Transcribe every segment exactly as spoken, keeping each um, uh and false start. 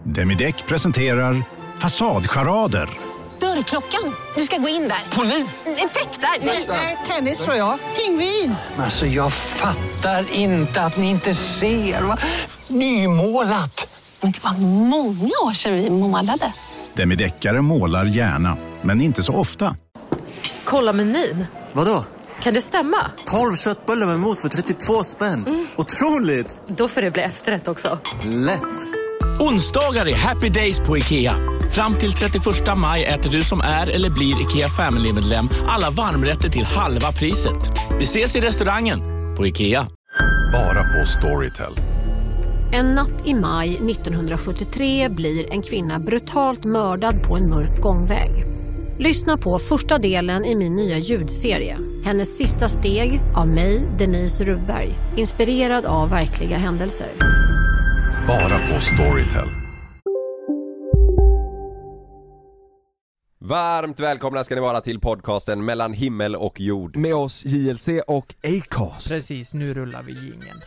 Demideck presenterar Fasadcharader. Dörrklockan. Du ska gå in där. Polis? Effektar? Nej, nej, tennis tror jag. Pingvin. Alltså jag fattar inte att ni inte ser. Va? Nymålat. Men det var många år sedan vi målade. Demideckare målar gärna, men inte så ofta. Kolla menyn. Vadå? Kan det stämma? tolv köttbullar med mos för trettiotvå spänn. Mm. Otroligt! Då får det bli efterrätt också. Lätt! Onsdagar är happy days på IKEA. Fram till trettioförsta maj äter du som är eller blir IKEA Family-medlem alla varmrätter till halva priset. Vi ses i restaurangen på IKEA. Bara på Storytel. En natt i maj nittonhundrasjuttiotre blir en kvinna brutalt mördad på en mörk gångväg. Lyssna på första delen i min nya ljudserie. Hennes sista steg av mig, Denise Rubberg. Inspirerad av verkliga händelser. Bara på Storytel. Varmt välkomna ska ni vara till podcasten Mellan himmel och jord. Med oss J L C och Acast. Precis, nu rullar vi jingeln.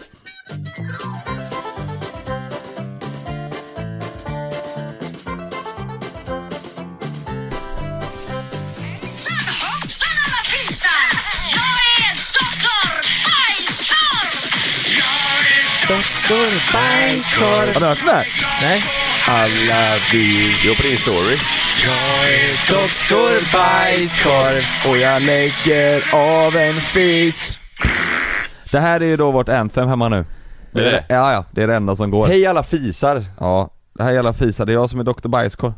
Doktor Bajskorv. Har du hört den här? Nej. Alla video på din story. Jag är Doktor Bajskorv och jag lägger av en fis. Det här är ju då vårt anthem hemma nu. Det är det? Ja, ja, det är det enda som går. Hej alla fisar. Ja, det här är alla fisar. Det är jag som är Doktor Bajskorv.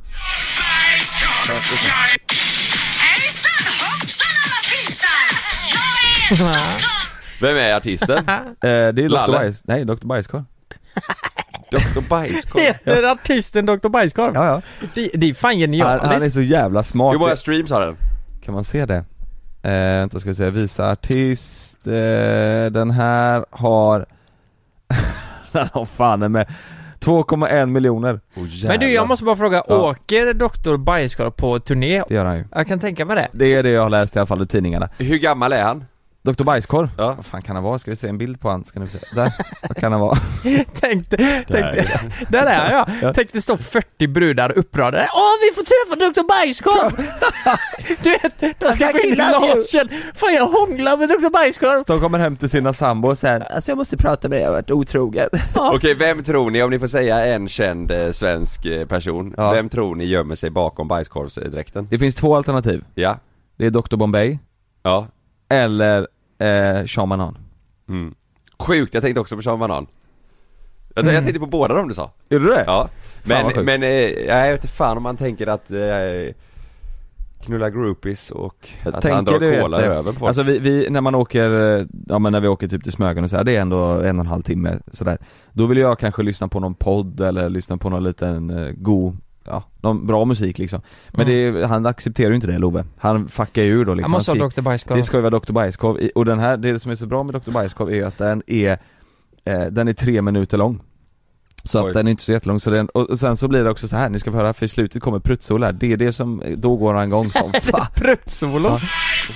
Hejsan hoppsan alla fisar! Jag är doktor! Vem är artisten? eh, Det är Doktor Lalle. Bajs. Nej, Doktor Bajskorv. Doktor Bajskorv. Heter artisten Doktor Bajskorv? Ja, ja. Det, det är fan Han, genialiskt. han är så jävla smart. Hur många streams har den? Kan man se det? Eh, vänta, ska vi se. Visa artist. Eh, den här har... Den har fan med två komma en miljoner. Oh, Men du, jag måste bara fråga, Ja. åker Doktor Bajskorv på turné? Det gör han ju. Jag kan tänka mig det. Det är det jag har läst i alla fall i tidningarna. Hur gammal är han? Doktor Bajskorv? Ja. Vad fan kan han vara? Ska vi se en bild på han? Ska ni se. Där. Vad kan han vara? tänkte, tänkte, där är jag. Ja. Tänkte stå fyrtio brudar uppradade. Åh, vi får träffa Doktor Bajskorv! Du vet, de ska gå in i logen. Fan, jag hånglar med Doktor Bajskorv. De kommer hem till sina sambo och säger, alltså jag måste prata med dig, jag har varit otrogen. Ja. Okej, vem tror ni, om ni får säga en känd eh, svensk eh, person, Ja. vem tror ni gömmer sig bakom bajskorvsdräkten? Det finns två alternativ. Ja. Det är Doktor Bombay Ja. eller eh, Sean Banan. Mm. Sjukt, jag tänkte också på Sean Banan. Jag, mm. jag tänkte på båda dem du sa. Är du det? Ja. Fan, vad Men, sjukt. men eh, jag vet inte fan om man tänker att eh, knulla groupies och Jag att tänker, han drar du cola vet, i röven på folk. alltså vi, vi, när man åker, ja men när vi åker typ till Smögen och så här, det är ändå en och en halv timme sådär. Då vill jag kanske lyssna på någon podd eller lyssna på någon liten uh, god, ja, någon bra musik liksom. Men Mm. det, han accepterar ju inte det, Love. Han fuckar ju ur då liksom. Jag måste Han ha skri- Doktor Bajskorv. Det ska ju vara Doktor Bajskorv. I- Och den här, det som är så bra med Doktor Bajskorv är ju att den är eh, den är tre minuter lång. Så Oj. att den är inte så jättelång så den, och sen så blir det också så här, ni ska få höra, för i slutet kommer pruttsol här. Det är det som, då går han igång som fan. Pruttsolo. Ja.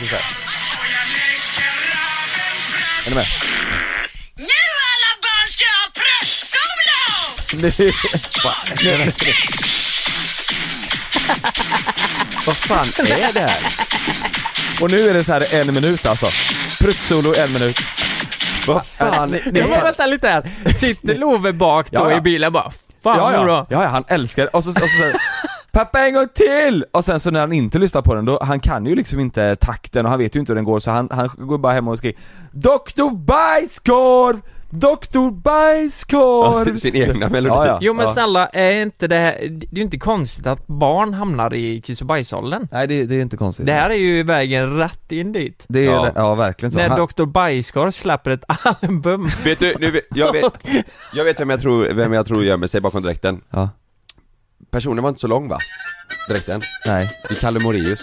Är ni med? Nu alla barn ska ha pruttsolo! Nu, Vad fan är det här? och nu är det så här en minut alltså. Pruttsolo en minut. Vad fan? Det var vänta lite här. Sitter Love bak då Ja, ja. i bilen bara, fan Ja, ja. bra. ja, ja, han älskar det. Och så, och så säger pappa en gång till! Och sen så när han inte lyssnar på den då, han kan ju liksom inte takten och han vet ju inte hur den går, så han, han går bara hem och skriker Doktor Bajskorv! Doktor Bajskorv! Sin egna melodi. Ja, ja. Jo men Ja. snälla, är inte det här, det är ju inte konstigt att barn hamnar i kiss- och bajsåldern. Nej, det, det är inte konstigt. Det här är ju vägen rätt in dit. Det är, Ja. ja. ja, verkligen så. När Han, Doktor Bajskorv släpper ett album. Vet du, nu, vet- jag, vet, jag vet vem jag tror, vem jag tror gömmer sig bakom dräkten. ja, Personen var inte så lång va? Dräkten. nej. Det är Kalle Moraeus.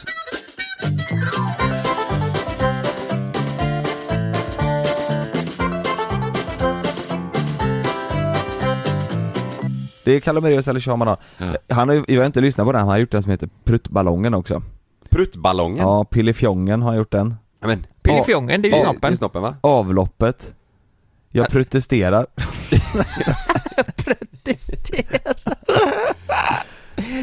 Det är Kalle Moraeus eller Sean Banan. Ja. Han har ju, jag har inte lyssnat på den, han har gjort den som heter Pruttballongen också. Pruttballongen? Ja, Pillefjongen har gjort den. Men, Pillefjongen, det är ju det snoppen. är snoppen va? Avloppet. Jag protesterar. Protesterar.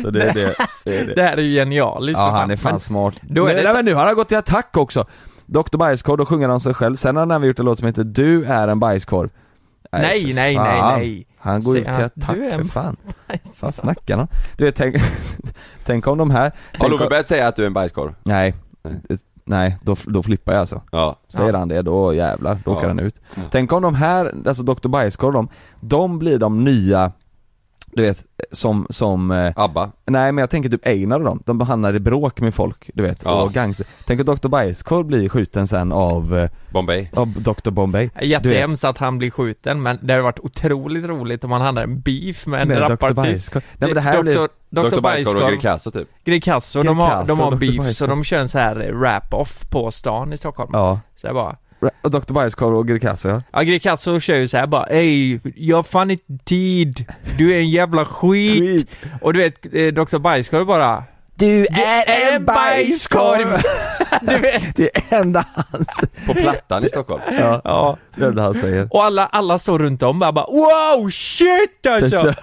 Så det är det, det, är det. Det här är ju genialiskt. Ja, för han är fan Men smart. Då är Nej, det... men nu har han gått till attack också. doktor Bajskorv, då sjunger han sig själv. Sen har han gjort en låt som heter Du är en bajskorv. Nej, för nej, fan. nej, nej. Han går Säger ut till han, attack "Du är en för fan. Vad snackar han? Du vet, tänk, tänk om de här... Har Love börjat säga att du är en bajskorv? Nej, nej, nej då, då flippar jag alltså. Ja. Säger ja. han det, då jävlar, då Ja. åker han ut. Mm. Tänk om de här, alltså doktor Bajskorv, de, de blir de nya, du vet, som, som eh, Abba. Nej, men jag tänker typ Einar och dem. De behandlar i bråk med folk, du vet, Ja. och gangster. Tänk att doktor Bajskorv blir skjuten sen av eh, Bombay. Av doktor Bombay. Jättehemskt att han blir skjuten, men det har varit otroligt roligt om han hade en beef med en Med doktor rapartist. Bajskorv. Nej, men det här blir- doktor Bajskorv och Greekazo typ. Greekazo, de har, de Greekazo, har doktor beef, så Bajskorv. de kör en så här rap-off på stan i Stockholm. Ja. Så jag bara... Och doktor Bajskorv och Greekazo, ja. Ja, Greekazo kör ju så här bara, ey, jag har fan inte tid, du är en jävla skit. Skit. Och du vet, eh, doktor Bajskorv bara, Du är en bajskorv! du vet. Det är enda hans. På Plattan i Stockholm. Ja, Ja. det är det han säger. Och alla, alla står runt om och bara, wow, shit alltså!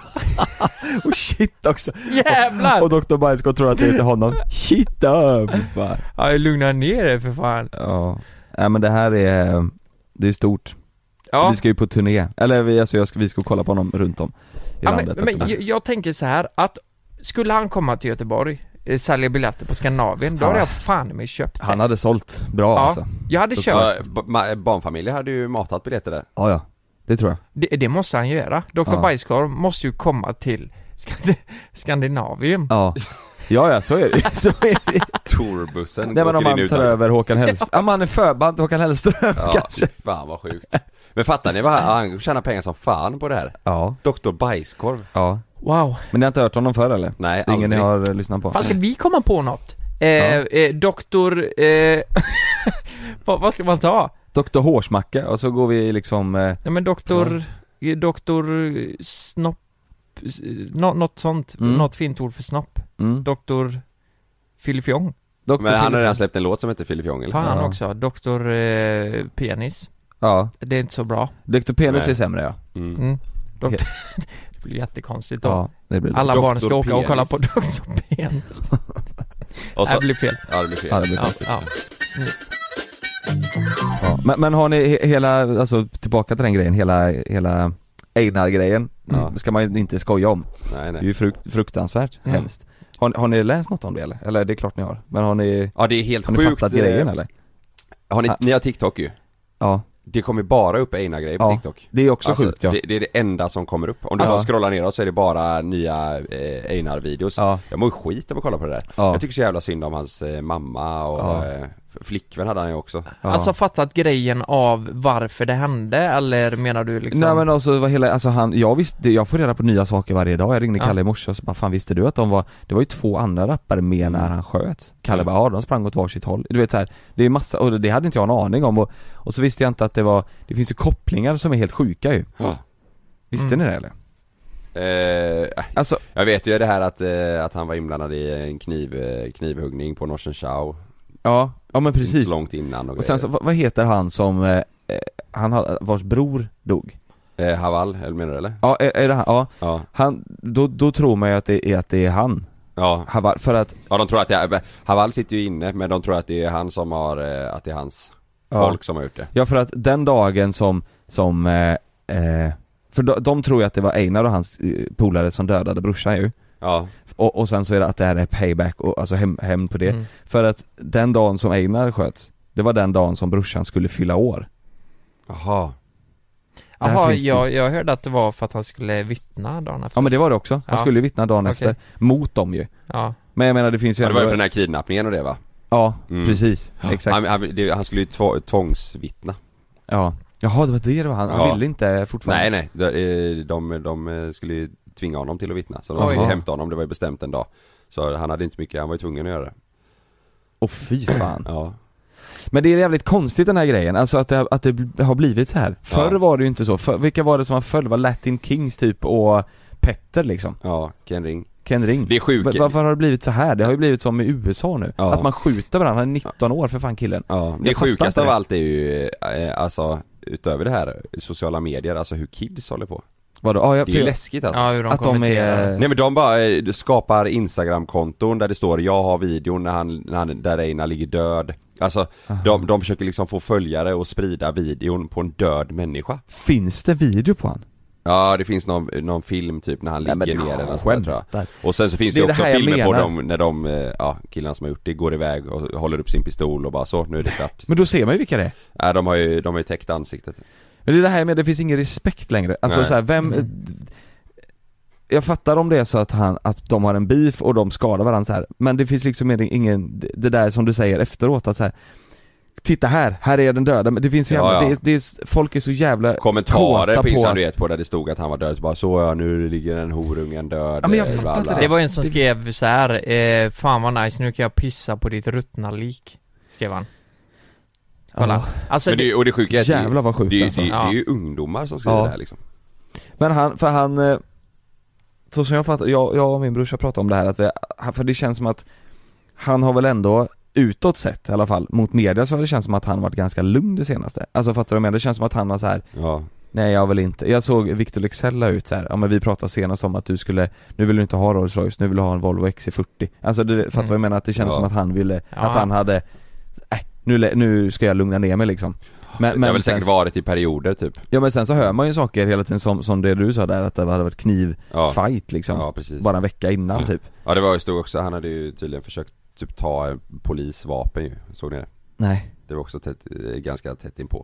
Och shit också. Jävlar! Och doktor Bajskorv tror att det heter honom. Shit då, för fan. Ja, lugna ner dig för fan. Ja. Nej, men det här är, det är stort. Ja. Vi ska ju på turné. Eller vi, alltså jag ska, vi ska kolla på honom runt om i Ja, landet. men, men jag, jag tänker så här att skulle han komma till Göteborg, eh, sälja biljetter på Skandinavien, då Ja. hade jag fan mig köpt det. Han hade sålt bra Ja, alltså. jag hade Så- köpt. Ja, ba- ma- barnfamiljer hade ju matat biljetter där. Ja, ja. Det tror jag. Det, det måste han göra. doktor Ja. Bajskorv måste ju komma till Skand- Skandinavien. Ja. Ja, ja, så är det. Så är det. Tourbussen. Nej, men om åker in man utan- tar över Håkan Hellström. Ja, man är förband till Håkan Hellström Ja, kanske. fy fan vad sjukt. Men fattar ni vad han, han tjänar pengar som fan på det här? Ja. doktor Bajskorv. Ja. Wow. Men ni har inte hört honom förr eller? Nej, Det är ingen ni aldrig. har eh, lyssnat på? Fan, ska vi komma på något? Eh, Ja. eh, doktor... Eh, vad, vad ska man ta? doktor Hårsmacka och så går vi liksom eh, Ja, men doktor... eh, Doktor Snopp... s- Nå, något sånt. Mm. Något fint ord för snopp. mm. Doktor Filifjong. doktor Men han har Filip- redan släppt en låt som heter Filifjong eller? Har han Ja. också. Doktor eh, Penis. Ja. Det är inte så bra. doktor Penis Nej. är sämre, ja. Mm. Mm. Doktor... Okej. det blir jättekonstigt då. Ja, det blir det. Alla barn ska Doktor åka och kolla Penis. på doktor Penis. Och så, Det blir fel. ja, det blir fel. Ja, det blir Ja, konstigt. ja. Ja. Men, men har ni he- hela, alltså tillbaka till den grejen, hela, hela Einar-grejen, Ja. mm. ska man ju inte skoja om. Nej, Det är nej. ju frukt, fruktansvärt Mm. hemskt. Har, har ni läst något om det eller? Eller det är klart ni har. Men har ni, Ja, det är helt har ni sjukt. fattat grejen eller? Har ni, Ah. ni har TikTok ju. Ja, Det kommer bara upp Einar-grejer på Ja. TikTok. det är också Alltså, sjukt, ja. det, det är det enda som kommer upp. Om du Alltså- bara scrollar neråt så är det bara nya eh, Einar-videos. Ja. Jag mår skit av att kolla på det där. Ja. Jag tycker så jävla synd om hans eh, mamma och Ja. eh, flickvän hade han ju också. Ja. Alltså fattat grejen av varför det hände, eller menar du liksom? Nej men alltså vad hela, alltså han, jag visste, jag får reda på nya saker varje dag. Jag ringde Ja. Kalle i morse och så bara, fan visste du att de var, det var ju två andra rappare med när han sköt. Kalle Mm. bara, ja de sprang åt varsitt håll. Du vet så här, det är massa, och det hade inte jag en aning om och, och så visste jag inte att det var, det finns ju kopplingar som är helt sjuka ju. Ja. Visste Mm. ni det eller? Eh, Alltså, jag vet ju det här att, eh, att han var inblandad i en kniv, eh, knivhuggning på Norsen Chow. ja, ja men Inte precis. så långt innan och, Och sen så, vad, vad heter han som, eh, han har, vars bror dog? eh, Haval, eller menar du eller? Ja, är, är det han? Ja, Ja. han, då, då tror man ju att det är, att det är han. Ja. Havar, för att, Ja, de tror att det är, Haval sitter ju inne, men de tror att det är han som har, eh, att det är hans Ja. folk som har gjort det. ja för att den dagen som, som, eh, eh, för de, de tror ju att det var Einar och hans eh, polare som dödade brorsan ju. Ja. Och, och sen så är det att det här är payback och alltså hem, hem på det. Mm. För att den dagen som Einar sköts, det var den dagen som brorsan skulle fylla år. Jaha. Det här Jaha, finns det ju. jag, jag hörde att det var för att han skulle vittna dagen efter. Ja men det var det också, han Ja. skulle vittna dagen Okej. efter, mot dem ju. Ja. Men jag menar det finns ju Ja, det var ju ändå- för den här kidnappningen och det va? Ja, Mm. precis, exakt. Han, han, det, han skulle ju två, tvångsvittna. Ja. Jaha, det var det då, han, han Ja. ville inte fortfarande. Nej nej, de, de, de skulle ju tvinga honom till att vittna. Så de skulle Oj. ju hämta honom, det var ju bestämt en dag. Så han hade inte mycket, han var ju tvungen att göra det. Åh fy fan. Ja. Men det är jävligt konstigt den här grejen, alltså att det, att det har blivit så här. Förr Ja. var det ju inte så, För, vilka var det som var följde? Var Latin Kings typ och Petter liksom? Ja, Ken Ring. Ken Ring. Det är sjukt. Va- Varför har det blivit så här? Det har ju blivit som i U S A nu. Ja. Att man skjuter varandra, han är nitton år för fan killen. Ja, det Jag fattar sjukaste inte av det. allt är ju, eh, alltså utöver det här, sociala medier, alltså hur kids håller på. Vadå? Ah, ja, det är ju läskigt alltså. Ja, hur de att de är... Nej men de bara eh, skapar Instagram-konton där det står jag har videon när han, när han där Einar ligger död. Alltså de, de försöker liksom få följare och sprida videon på en död människa. Finns det video på han? Ja, det finns någon, någon film typ när han ligger Nej, ner eller sånt där, tror jag. Och sen så finns det det, det också filmer på menar. dem när de, ja, killarna som har gjort det går iväg och håller upp sin pistol och bara så, nu är det klart. Men då ser man ju vilka det är. Ja, de har ju, de har ju täckt ansiktet. Men det är det här med, det finns ingen respekt längre. Alltså så här, vem... Mm. Jag fattar om det är så att han, att de har en beef och de skadar varandra så här. Men det finns liksom ingen, det där som du säger efteråt att så här, titta här, här är den döda. Men det finns ju ja, jävla, ja. Det, är, det är, folk är så jävla kommentarer på Instagram, att... du vet, på där det stod att han var död, så bara så, ja, nu ligger en horungen död. Ja, men jag fattar inte det. Det var en som skrev så här: eh, fan vad nice, nu kan jag pissa på ditt ruttna lik, skrev han. Kolla. Ja. Alltså, men det, och det sjuka är att jävlar vad sjukt det, alltså. det, det, det är ju ja. ungdomar som skriver ja. det här liksom. Men han, för han, så som jag fattar, jag, jag och min brorsa pratade om det här, att vi, för det känns som att han har väl ändå utåt sett i alla fall, mot media så har det känns som att han varit ganska lugn det senaste. Alltså fattar du med? Det känns som att han har så här. Ja. Nej, jag vill inte. Jag såg Victor Leksell la ut så här. Ja, men vi pratade senast om att du skulle, nu vill du inte ha Rolls Royce, nu vill du ha en Volvo X C fyrtio. Alltså du fattar mm. vad jag menar, att det känns ja. som att han ville, ja. att han hade äh, nu, nu ska jag lugna ner mig liksom. Men, det men har väl sen, säkert varit i perioder typ. Ja, men sen så hör man ju saker hela tiden som, som det du sa där, att det hade varit knivfight ja. liksom. Ja, precis. Bara en vecka innan typ. Ja, det var ju stod också, han hade ju tydligen försökt typ ta en polisvapen ju, såg ni det? Nej. Det var också tätt, ganska tätt inpå.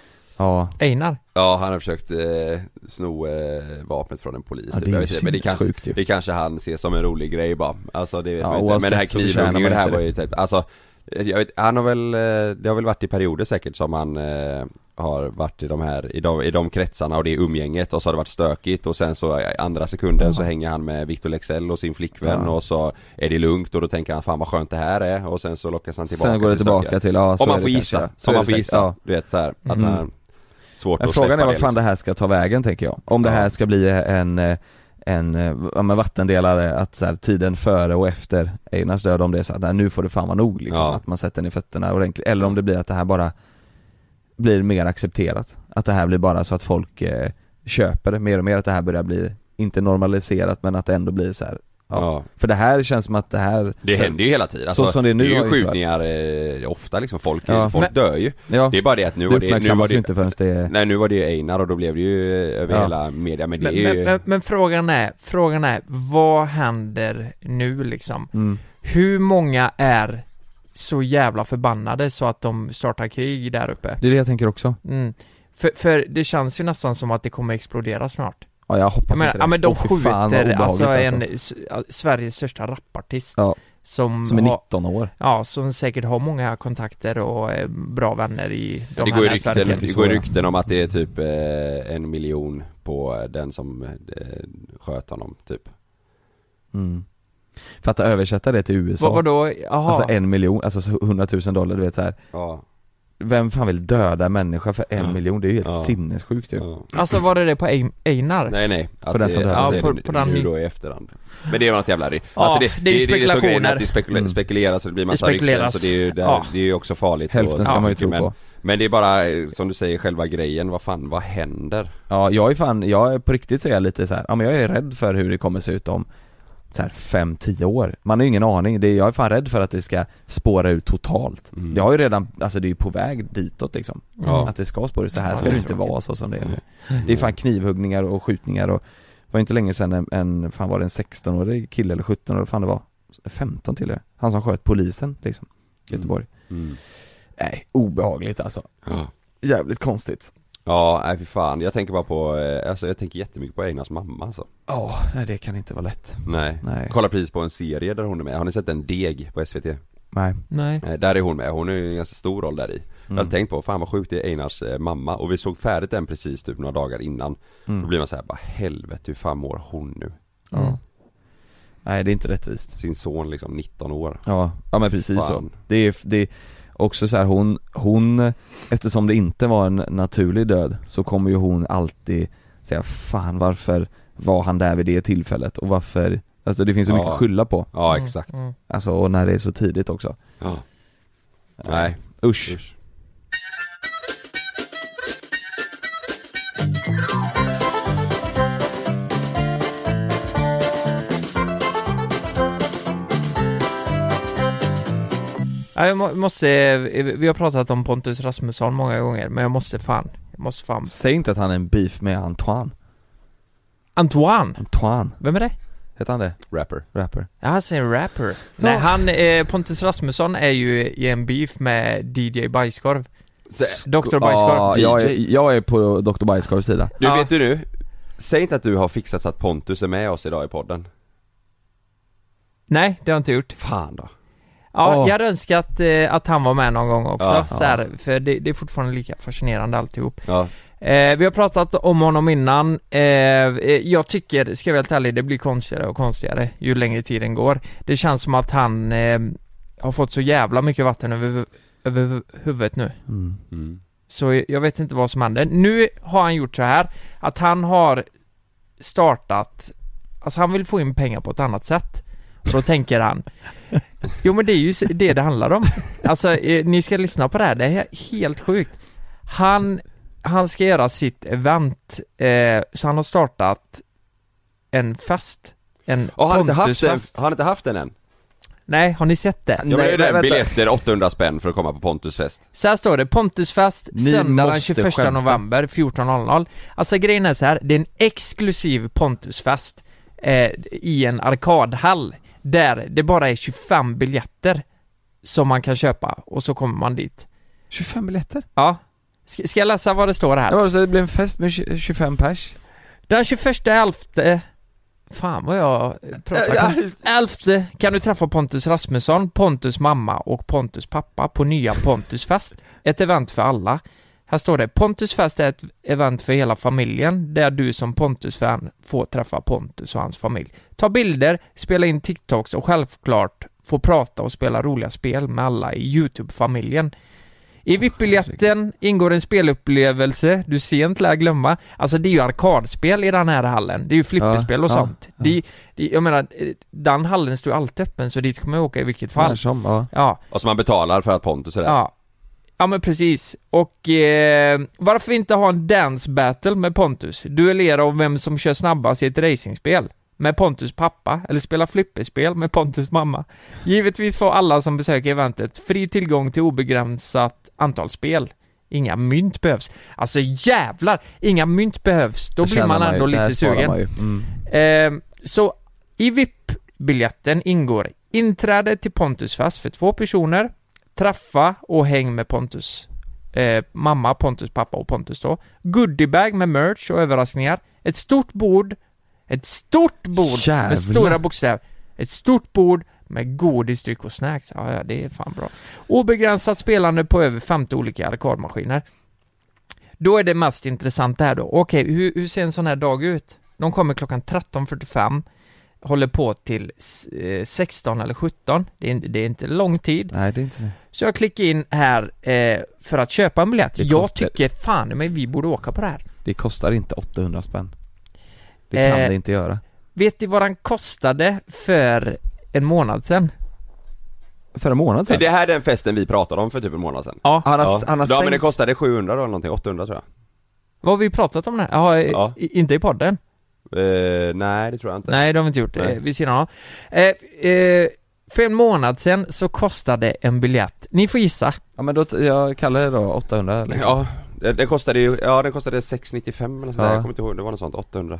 Ja. Einar? Ja, han har försökt eh, sno eh, vapnet från en polis. Ja, det är jag vet inte, men det kanske, sjukt, det kanske han ser som en rolig grej bara. Alltså det, ja, men, men det här knivhuggningen, det här var ju typ, alltså jag vet, han har väl, det har väl varit i perioder säkert som han eh, har varit i de här, i de, i de kretsarna och det umgänget, och så har det varit stökigt och sen så i andra sekunden så hänger han med Victor Leksell och sin flickvän ja. och så är det lugnt och då tänker han fan vad skönt det här är, och sen så lockas han tillbaka. Sen går det till tillbaka stökigt. till, ja, så om man är får det gissa, kanske, om man får gissa, ja. du vet så här, att mm. man svårt men att frågan är vad det, fan liksom. det här ska ta vägen, tänker jag. Om det här ska bli en en ja, men vattendelare, att så här, tiden före och efter Einars död, om det är så här, nu får det fan vara nog liksom, ja. att man sätter den i fötterna ordentligt, eller om det blir att det här bara blir mer accepterat, att det här blir bara så att folk eh, köper det mer och mer, att det här börjar bli inte normaliserat, men att det ändå blir så här. Ja. Ja. För det här känns som att det här det så, händer ju hela tiden alltså, så som det, nu det är ju skjutningar eh, ofta liksom, folk, ja. folk men, dör ju ja. Det är bara det att nu det var det, nu var det inte förrän det nej, nu var det ju Einar och då blev det ju över ja. hela media, men det men, är ju... men, men, men frågan är frågan är vad händer nu liksom? Mm. Hur många är så jävla förbannade så att de startar krig där uppe? Det är det jag tänker också. Mm. För, för det känns ju nästan som att det kommer explodera snart. Ja, jag hoppas jag menar, inte det. Ja, men de oh, skjuter alltså, alltså en s- Sveriges största rapartist ja. som, som är nitton år. Ja, som säkert har många kontakter och är bra vänner i de det här går rykten, nätverken. det går rykten om att det är typ eh, en miljon på den som eh, sköt honom typ. Mm. För att översätta det till U S A. Vad var då? Aha. Alltså en miljon, alltså hundratusen dollar, du vet så här. Ja. Vem fan vill döda människa för en ja. miljon? Det är ju helt ja. sinnessjukt ju. Ja. Alltså var det det på Einar? Nej nej, att på den som det, ja, det, på, det, på det, den nu då i efterhand. Men det är något jävla ry. Ja, alltså det, det är ju det, spekulationer. Det är så grejen att det spekula- mm. spekuleras så det blir massa rykten, så det är ju det, ja. det är ju också farligt. Hälften ska ja, man ju tro men, på. Men det är bara, som du säger, själva grejen, vad fan, vad händer? Ja, jag är fan, jag är på riktigt så är jag lite så här, ja men jag är rädd för hur det kommer se ut om så här fem, tio år. Man har ju ingen aning. Det är, jag är fan rädd för att det ska spåra ut totalt. Mm. Det har ju redan, alltså det är ju på väg ditåt liksom. Mm. Att det ska spåra ut, så här ska ja, det inte vara så som det är nu. Mm. Det är fan knivhuggningar och skjutningar och det var inte länge sedan en, en fan var det en sexton-årig kille eller sjutton-årig, fan det var femton till det. Han som sköt polisen liksom, i Göteborg. Mm. Mm. Nej, obehagligt alltså. Ja. Jävligt konstigt. Ja, nej för fan. Jag tänker bara på, alltså jag tänker jättemycket på Einars mamma alltså. Ja, oh, nej det kan inte vara lätt. Nej. nej. Kolla precis på en serie där hon är med. Har ni sett en Deg på S V T? Nej. Nej. Där är hon med. Hon är ju en ganska stor roll där i. Mm. Jag hade tänkt på, fan vad sjukt, det är Einars mamma. Och vi såg färdigt den precis typ några dagar innan. Mm. Då blir man så här, bara helvete, hur fan mår hon nu? Ja. Mm. Nej, det är inte rättvist. Sin son liksom nitton år. Ja, ja men precis fan. Så. Det är, det är också så här, hon, hon, eftersom det inte var en naturlig död, så kommer ju hon alltid säga, fan varför var han där vid det tillfället? Och varför, alltså det finns så ja. mycket att skylla på. Ja, exakt. Mm. Alltså, och när det är så tidigt också. Ja. Nej, usch. usch. Ja, jag må, måste, vi har pratat om Pontus Rasmusson många gånger, men jag måste fan, jag måste fan. Säg inte att han är en beef med Antoine. Antoine? Antoine. Vem är det? Heter han det? Rapper. Rapper. Ja, han säger rapper. Ja. Nej, han, eh, Pontus Rasmusson är ju i en beef med D J Bajskorv. doktor Bajskorv. Ja, jag är, jag är på doktor Bajskorvs sida. Du, ja. vet du nu? Säg inte att du har fixat så att Pontus är med oss idag i podden. Nej, det har jag inte gjort. Fan då. Ja, oh. jag hade önskat eh, att han var med någon gång också, ja, så här, för det, det är fortfarande lika fascinerande alltihop. Ja. Eh, vi har pratat om honom innan. eh, Jag tycker, ska jag vara helt ärlig, det blir konstigare och konstigare ju längre tiden går. Det känns som att han eh, har fått så jävla mycket vatten över, över huvudet nu. Mm. Mm. Så jag vet inte vad som händer. Nu har han gjort så här att han har startat, alltså han vill få in pengar på ett annat sätt. Och då tänker han, jo men det är ju det det handlar om. Alltså eh, ni ska lyssna på det här, det är helt sjukt. Han Han ska göra sitt event, eh, så han har startat en fest. En Och har han inte haft den, Pontusfest. har han inte haft den än? Nej, har ni sett det? Ja, men det är det, biljetter åttahundra spänn för att komma på Pontusfest. Så här står det, Pontusfest, Ni söndag den måste tjugoförsta skämta. november fjorton noll noll. Alltså grejen är så här, det är en exklusiv Pontusfest eh, i en arkadhall där det bara är tjugofem biljetter som man kan köpa och så kommer man dit. tjugofem biljetter? Ja. Ska, ska jag läsa vad det står här? Ja, så det blir en fest med tjugofem pers. Den tjugoförsta elfte Fan vad jag pratar om. elfte kan du träffa Pontus Rasmusson, Pontus mamma och Pontus pappa på nya Pontusfest. Ett event för alla. Här står det, Pontusfest är ett event för hela familjen där du som Pontus-fan får träffa Pontus och hans familj. Ta bilder, spela in TikToks och självklart få prata och spela roliga spel med alla i YouTube-familjen. I V I P-biljetten ingår en spelupplevelse du sent lär glömma. Alltså det är ju arkadspel i den här hallen. Det är ju flipperspel och ja, sånt. ja. Det, det, jag menar, den hallen står alltid öppen så dit kommer jag åka i vilket fall. Ja, som, ja. Ja. Och så man betalar för att Pontus är där. Ja. Ja men precis. Och eh, varför inte ha en dance battle med Pontus? Duellera om vem som kör snabbast i ett racingspel med Pontus pappa, eller spela flipperspel med Pontus mamma. Givetvis får alla som besöker eventet fri tillgång till obegränsat antal spel. Inga mynt behövs. Alltså jävlar, inga mynt behövs. Då Det blir man man ändå ju. Det här lite sparar sugen. man ju. Mm. Eh, så i V I P-biljetten ingår inträde till Pontusfest för två personer, träffa och häng med Pontus eh, mamma, Pontus pappa och Pontus då. Goodiebag med merch och överraskningar. Ett stort bord Ett stort bord Jävlar. med stora bokstäver. Ett stort bord med godis, dryck och snacks. Ja, ja, det är fan bra. Obegränsat spelande på över femtio olika arkadmaskiner. Då är det mest intressant här då. Okej, hur, hur ser en sån här dag ut? De kommer klockan tretton fyrtiofem. Håller på till eh, sexton eller sjutton. Det är, inte, det är inte lång tid. Nej, det är inte det. Så jag klickar in här eh, för att köpa en biljett. Det Jag kostar- tycker fan men vi borde åka på det här. Det kostar inte åttahundra spänn. Det kan Eh, det inte göra. Vet du vad den kostade för en månad sedan? För en månad Är sedan? det här den festen vi pratade om för typ en månad sedan? Ja. Han har, Ja, han har ja men sänkt... det kostade sjuhundra eller någonting, åttahundra tror jag. Vad har vi pratat om det här? Ja, Ja. i- inte i podden. Eh, nej det tror jag inte. Nej, det har vi inte gjort. Nej. Eh, vid sidan av. Eh, eh, för en månad sedan så kostade en biljett. Ni får gissa. Ja men då, t- jag kallar det då åttahundra liksom. Ja, det, det kostade ju, ja den kostade sex nittiofem eller sådär, Ja. jag kommer inte ihåg, det var något sånt, åttahundra.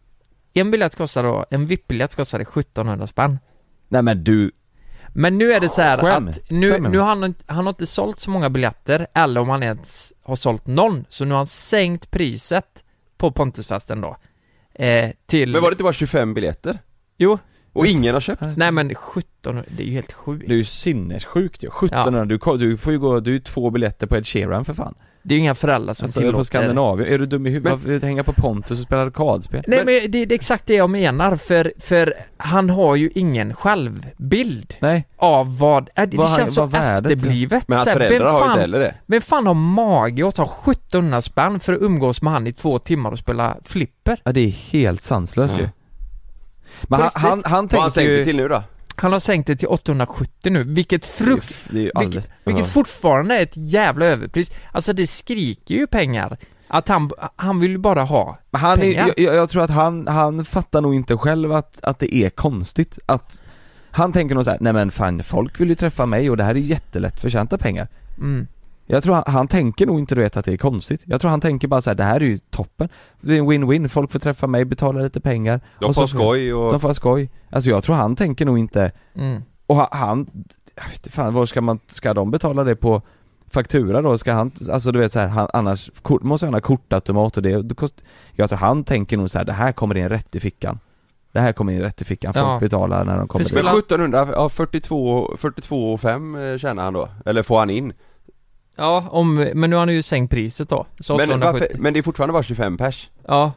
En biljett kostade då, en V I P-biljett kostade sjuttonhundra spänn. Nej men du, Men nu är det så här Skämt. att nu, Stämmer. nu har han, inte- han har inte sålt så många biljetter, eller om han ens har sålt någon. Så nu har han sänkt priset på Pontusfesten då. Eh, till... Men var det inte bara tjugofem biljetter? Jo. Och ingen har köpt? Nej men sjutton, det är ju helt sjukt. det är ju sinnessjukt ju. sjuttonhundra, du, ko- du får ju gå, du är ju två biljetter på Ed Sheeran för fan. Det är ju inga föräldrar som Alltså tillåter. på Skandinavien, är du dum i huvudet? Men- Varför vill du hänga på Pontus och spela arkadspel? Nej men, det, det är exakt det jag menar, för, för han har ju ingen självbild Nej. av vad, äh, det, Vad det han- känns så vad värdet är. efterblivet. Men hans Så här, föräldrar vem har ju fan- inte heller det. Vem fan har mage att ta sjuttonhundra spänn för att umgås med han i två timmar och spela flipper? Ja det är helt sanslöst Ja. ju. Men På han, riktigt? han, han Vad har han tänker sänkt det ju... till nu då? Han har sänkt det till åttahundrasjuttio nu, vilket frukt, Det är ju alldeles... vilket, vilket fortfarande är ett jävla överpris. Alltså det skriker ju pengar. Att han, han vill ju bara ha Men han är, pengar. jag, jag tror att han, han fattar nog inte själv att, att det är konstigt att Han tänker nog så här: nej men fan, folk vill ju träffa mig och det här är jättelätt förtjänta pengar. Mm. Jag tror han, han tänker nog inte, du vet, att det är konstigt. Jag tror han tänker bara så här: det här är ju toppen. Det är en win-win, folk får träffa mig, betala lite pengar. De och får så, skoj och... De får skoj. Alltså jag tror han tänker nog inte... Mm. Och han, han jag vet inte fan, var ska man, ska de betala det på faktura då? Ska han, alltså du vet så här, han, annars kort, måste han ha kortautomat och det, det kost, jag tror han tänker nog så här: det här kommer in rätt i fickan. Det här kommer in rätt i fickan, folk Ja. betalar när de kommer För dit. Men sjuttonhundra, ja, fyrtiotvå, fyrtiotvå och fem tjänar han då. Eller får han in? Ja, om, men nu har han ju sänkt priset då. Så Men, åttahundrasjuttio. varför, men det är fortfarande bara tjugofem pers. Ja.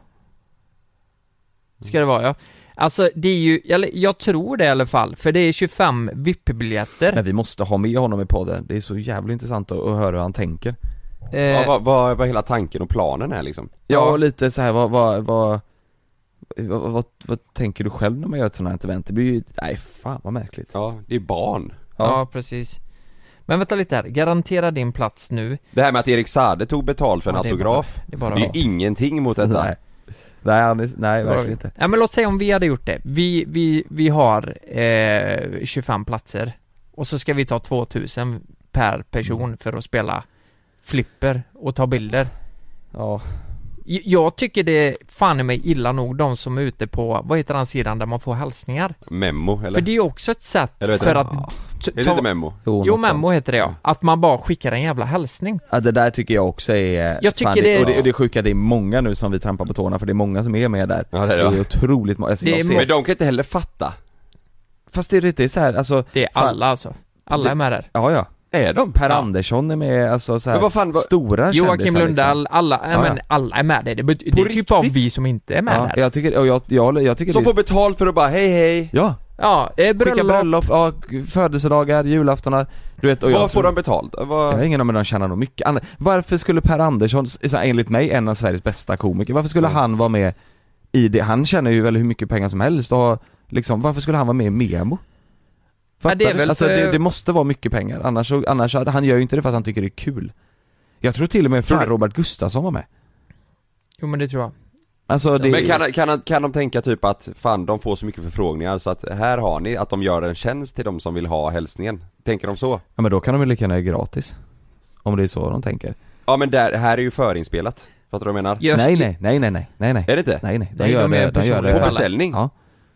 Ska det vara, ja. Alltså det är ju, jag, jag tror det i alla fall. För det är tjugofem V I P-biljetter. Men vi måste ha med honom i podden. Det är så jävligt intressant att, att höra hur han tänker. eh, Ja, vad, vad, vad hela tanken och planen är liksom. Ja, och lite så här, vad, vad, vad, vad, vad, vad tänker du själv när man gör ett sånt här event? Det blir ju, nej fan vad märkligt. Ja, det är barn. ja. ja, precis. Men vänta lite här, garantera din plats nu. Det här med att Erik Sade tog betalt för en Ja, det är autograf. bara- det är bara- det är ju ingenting mot detta. Nej, nej, han är- nej verkligen inte. Ja, men låt säga om vi hade gjort det. Vi, vi, vi har eh, tjugofem platser. Och så ska vi ta tvåtusen per person för att spela flipper och ta bilder. Ja. J- Jag tycker det är fan i mig illa nog de som är ute på, vad heter den sidan där man får hälsningar? Memo, eller? För det är ju också ett sätt Eller vet för du? att Ja. t- Är det inte Memo? Jo, Jo, något Memo sånt. heter det, ja. Att man bara skickar en jävla hälsning. Ja, det där tycker jag också är... Jag tycker fan, det är- Och det, och det är sjuka, det är många nu som vi trampar på tårna, för det är många som är med där. Ja, det är det det. är otroligt många. Alltså, Det jag är ser- må- Men de kan inte heller fatta. Fast det är lite så här, alltså... Det är fan- alla alltså. Alla Det- är med där. Ja, ja. Är de? Per Ja. Andersson är med, alltså så här, Men vad fan, vad- stora Joakim kändisar, Lundell, liksom. alla, ja, Ja, men ja. alla är med där. Det, bet- det är typ av vi som inte är med Ja, där. jag tycker, och jag, jag, jag tycker Som det, får betalt för att bara hej hej. ja, Ja, eh, skicka bröllop. bröllop, ja, födelsedagar, julaftonar, du vet, och jag Vad får tror- de betalt? Jag Vad... har ingen aning om de tjänar nog mycket. Anna, varför skulle Per Andersson, så här, enligt mig, en av Sveriges bästa komiker, varför skulle Mm. han vara med i det? Han tjänar ju väl hur mycket pengar som helst och liksom, varför skulle han vara med i Memo? Fattar det är du? väl alltså, för- det, det måste vara mycket pengar, annars, så, annars hade- han gör ju inte det för att han tycker det är kul. Jag tror till och med Tror fan du- Robert Gustafsson var med. Jo, men det tror jag. Alltså det... Men kan, kan, kan de tänka typ att fan, de får så mycket förfrågningar så att här har ni, att de gör en tjänst till de som vill ha hälsningen. Tänker de så? Ja, men då kan de väl lika gärna göra gratis. Om det är så de tänker. Ja, men där, här är ju förinspelat. Fattar du vad jag menar? Jag- Nej, nej, nej, nej, nej, nej, nej. Är det inte? Nej, nej, de Nej, gör de är det, de gör personliga. det. På beställning? Ja.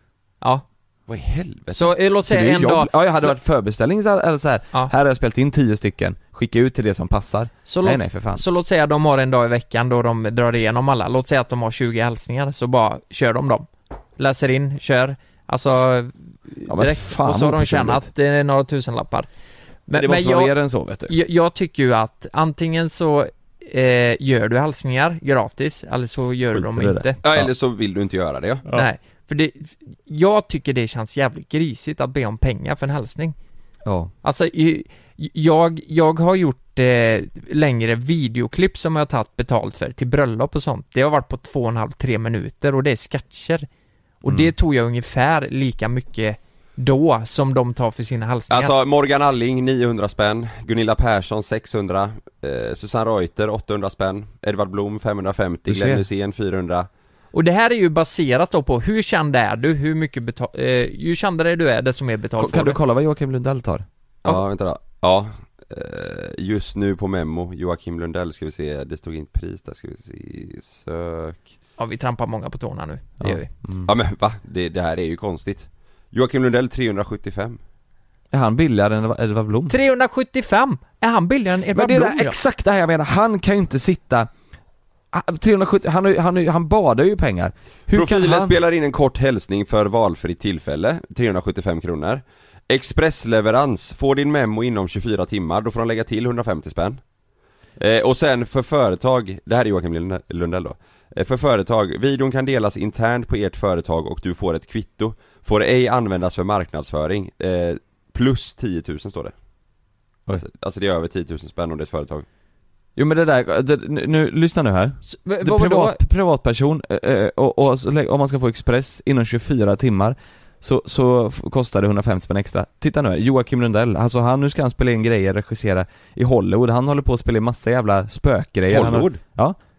Ja. Vad i helvete? Så eh, låt Så det säga är en jobb. dag. Ja, jag hade varit förbeställning så- eller så här. Ja. Här har jag spelat in tio stycken. Skicka ut till det som passar. Så nej, låt, nej, för fan. Så låt säga de har en dag i veckan då de drar igenom alla. Låt säga att de har tjugo hälsningar, så bara kör de dem. Läser in, kör. Alltså Ja, men direkt. fan, Och så har de opersonligt. tjänat eh, några tusen lappar. Men det måste vara mer än så, vet du. jag, jag tycker ju att antingen så eh, gör du hälsningar gratis, eller så gör du Skiter dem i det. inte. Ja, eller så vill du inte göra det, ja. Nej, för det, jag tycker det känns jävligt grisigt att be om pengar för en hälsning. Ja. Alltså, i- jag, jag har gjort eh, längre videoklipp som jag har tagit betalt för till bröllop och sånt. Det har varit på två och en halv, tre minuter och det är sketcher. Och Mm. det tog jag ungefär lika mycket då som de tar för sina hälsningar. Alltså Morgan Alling niohundra spänn, Gunilla Persson sexhundra, eh, Susanne Reuter åttahundra spänn, Edvard Blom femhundrafemtio, Du ser. Glenn Hysén fyrahundra. Och det här är ju baserat då på hur känd är du, hur mycket betal, eh, ju kändare du är, det som är betalt Kan får du du. kolla vad Joakim Lundell tar? Ja, Ja. vänta då. Ja, eh, just nu på Memo, Joakim Lundell ska vi se, det stod inte pris där, ska vi se, sök. Ja, vi trampar många på tårna nu, det Ja. gör vi. Mm. Ja men va? Det, det här är ju konstigt. Joakim Lundell trehundrasjuttiofem. Är han billigare än Edvard Blom? trehundrasjuttiofem! Är han billigare än Men Edvard det är Blom? det då? exakt det här jag menar, han kan ju inte sitta Ah, trehundrasjuttio, han, har ju- han, har ju- han badar ju pengar. Hur Profilen kan han... spelar in en kort hälsning för valfritt tillfälle, trehundrasjuttiofem kronor. Expressleverans, får din memo inom tjugofyra timmar, då får de lägga till hundrafemtio spänn. Eh, och sen för företag, det här är Joakim Lund- Lundell då. Eh, för företag, videon kan delas internt på ert företag och du får ett kvitto. Får ej användas för marknadsföring. Eh, plus tio tusen står det. Alltså, alltså det är över tio tusen spänn om det är ett företag. Jo men det där, det, nu, nu, lyssna nu här. S- v- Det vad var då? privat, privatperson, eh, eh, och, och så lä- om man ska få Express inom tjugofyra timmar så, så f- kostar det hundrafemtio spänn extra. Titta nu här, Joakim Lundell, alltså han, nu ska han spela in grejer, regissera i Hollywood. Han håller på att spela in massa jävla spökgrejer. Han har- Hollywood? Ja,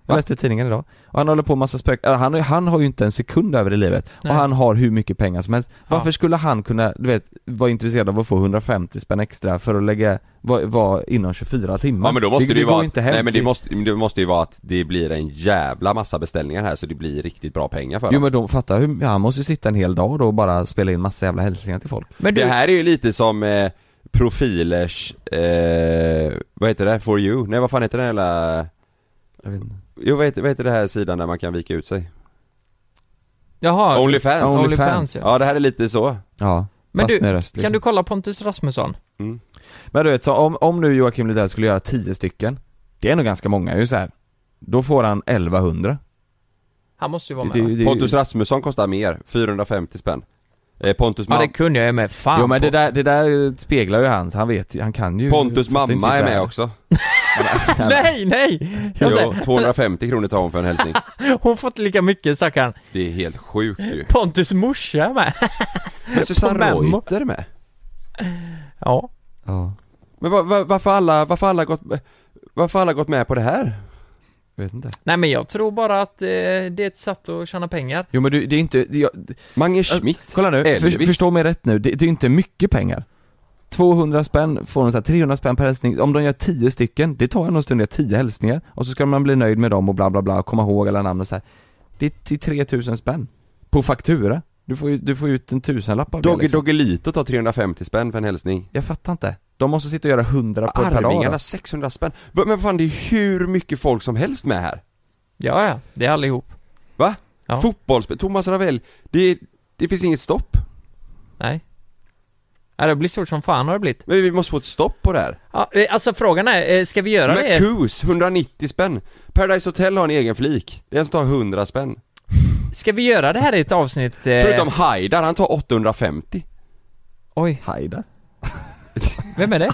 Jag läste i tidningen idag. Och han håller på massa spök. Han, han har ju inte en sekund över i livet. Nej. Och han har hur mycket pengar som helst. Varför ja. skulle han kunna, du vet, vara intresserad av att få hundrafemtio spänn extra för att lägga, vara var inom tjugofyra timmar? Ja, men då måste det, det, det ju vara inte hem. Nej, men det måste, det måste ju vara att det blir en jävla massa beställningar här, så det blir riktigt bra pengar för Jo dem. Men de fattar hur, ja, han måste ju sitta en hel dag då och bara spela in massa jävla hälsningar till folk. Men du... Det här är ju lite som eh, profilers eh, vad heter det? For you? Nej, vad fan heter det hela? Jag vet inte. Jo, vad heter, vad heter det här sidan där man kan vika ut sig? Jaha, Onlyfans. Onlyfans, Onlyfans ja. ja, det här är lite så. Ja, men du, röst, liksom. Kan du kolla Pontus Rasmusson? Mm. Men du vet, så om, om nu Joakim Lundell skulle göra tio stycken, det är nog ganska många ju så här. Då får han elvahundra. Han måste ju vara med. Det, det, det, Pontus Rasmusson kostar mer, fyrahundrafemtio spänn. Eh, Pontus ja, det kunde jag ju med, fan. Jo, men det där, det där speglar ju hans, han vet ju, han kan ju. Pontus mamma är med också. nej, nej. Jo, tvåhundrafemtio kronor tar hon för en hälsning. Hon fått lika mycket, stackarn. Det är helt sjukt ju. Pontus morsa med. Men Susanne Reuter med. Ja. Ja. Men var, var, varför alla, varför alla gått, varför alla gått med på det här? Vet inte. Nej, men jag tror bara att eh, det är ett sätt att tjäna pengar. Jo, men du, det är inte jag, Mange Schmidt. Alltså, kolla nu, för, förstå mig rätt nu. Det, det är inte mycket pengar. tvåhundra spänn får de så här trehundra spänn per hälsning. Om de gör tio stycken, det tar en någon stund, tio hälsningar. Och så ska man bli nöjd med dem och bla bla bla, komma ihåg alla namn och så här. Det är till tre tusen spänn på faktura. Du får ju, du får ut en tusenlapp av det. Dogge liksom. Doggelito tar trehundrafemtio spänn för en hälsning. Jag fattar inte. De måste sitta och göra hundra på per dag. Arvingarna sexhundra spänn. Men vad fan, det är hur mycket folk som helst med här. Ja, ja, det är allihop. Va? Ja. Fotbollsspel, Thomas Ravel. Det, det finns inget stopp. Nej. Ja, det blir stort som fan har det blivit. Men vi måste få ett stopp på det här. Ja, alltså frågan är, ska vi göra men det? Kus, hundranittio spänn. Paradise Hotel har en egen flik. Det är en som tar hundra spänn. Ska vi göra det här i ett avsnitt? Eh... Förutom Haidar, han tar åttahundrafemtio. Oj. Haidar? Vem är det?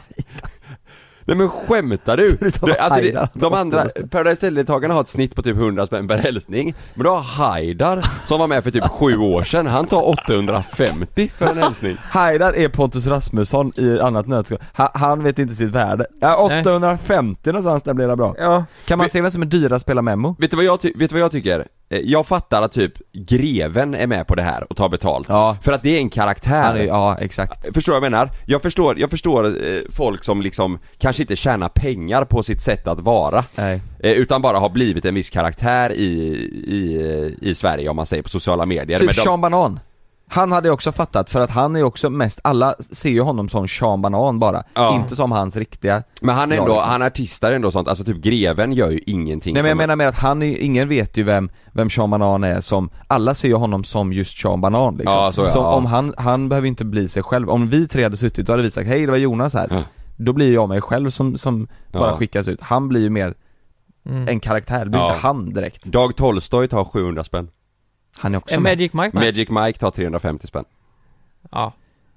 Nej, men skämtar du? Det, alltså det, de andra Paradise Hotel-deltagarna har ett snitt på typ hundra spänn per hälsning. Men då har Haidar, som var med för typ sju år sedan, han tar åttahundrafemtio för en hälsning. Haidar är Pontus Rasmusson i annat nötskal. Han, han vet inte sitt värde. Ja, åttahundrafemtio någonstans, där blir det bra. Ja. Kan man vet, se vem som är dyra att spela Memo? Vet du vad jag, ty- vet du vad jag tycker? Jag fattar att typ greven är med på det här och tar betalt. Ja. För att det är en karaktär. Är, ja, exakt. Förstår vad jag menar? Jag förstår, jag förstår eh, folk som liksom kanske inte tjänar pengar på sitt sätt att vara. Nej. Eh, utan bara har blivit en viss karaktär i, i, i Sverige, om man säger på sociala medier. Typ Men de... Sean Banan. Han hade också fattat, för att han är också mest, alla ser ju honom som Sean Banan bara, ja. Inte som hans riktiga. Men han är ändå, liksom. han artistar ändå sånt, alltså typ greven gör ju ingenting. Nej, men jag som... menar med att han är, ingen vet ju vem, vem Sean Banan är, som, alla ser ju honom som just Sean Banan liksom. Ja, så, ja. Så om han, han behöver inte bli sig själv. Om vi tre hade suttit, då hade vi sagt, hej det var Jonas här. Ja. Då blir jag mig själv som, som ja. bara skickas ut. Han blir ju mer mm. en karaktär, det blir ja. inte han direkt. Dag Tolstoy tar sjuhundra spänn. Han är också är Magic Mike med? Magic Mike tar trehundrafemtio spänn. Ja.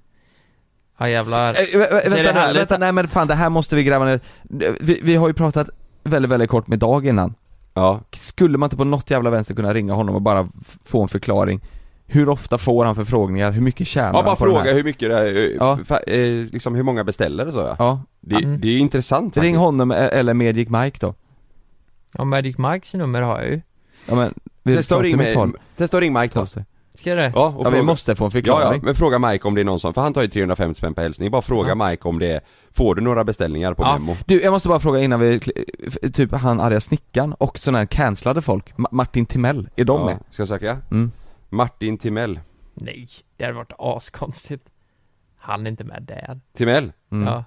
Ja, jävlar. Äh, vä- vänta, vänta, vänta, nej men fan, det här måste vi gräva ner. Vi, vi har ju pratat väldigt, väldigt kort med Dag innan. Ja. Skulle man inte på något jävla vänster kunna ringa honom och bara f- få en förklaring? Hur ofta får han förfrågningar? Hur mycket tjänar ja, han bara på fråga det här? hur mycket det är, ja. fa- eh, liksom hur många beställare så jag. Ja. Det, mm. det är ju intressant faktiskt. Ring honom eller Magic Mike då. Ja, Magic Mikes nummer har jag ju. Ja, men vi testa att ring, med, testa att ring Mike då. Ska det? Ja, och ja, vi måste få en förklaring. Ja, ja, men fråga Mike om det är någon som, för han tar ju trehundrafemtio spänn per hälsning. Bara fråga ja. Mike om det är, får du några beställningar på ja. Memo? Du, jag måste bara fråga innan vi, typ han arga snickan och sådana här cancellade folk. Ma- Martin Timell, är de ja. med? Ska jag söka? Mm. Martin Timell. Nej, det hade varit askonstigt. Han är inte med där. Timell? Mm. Ja.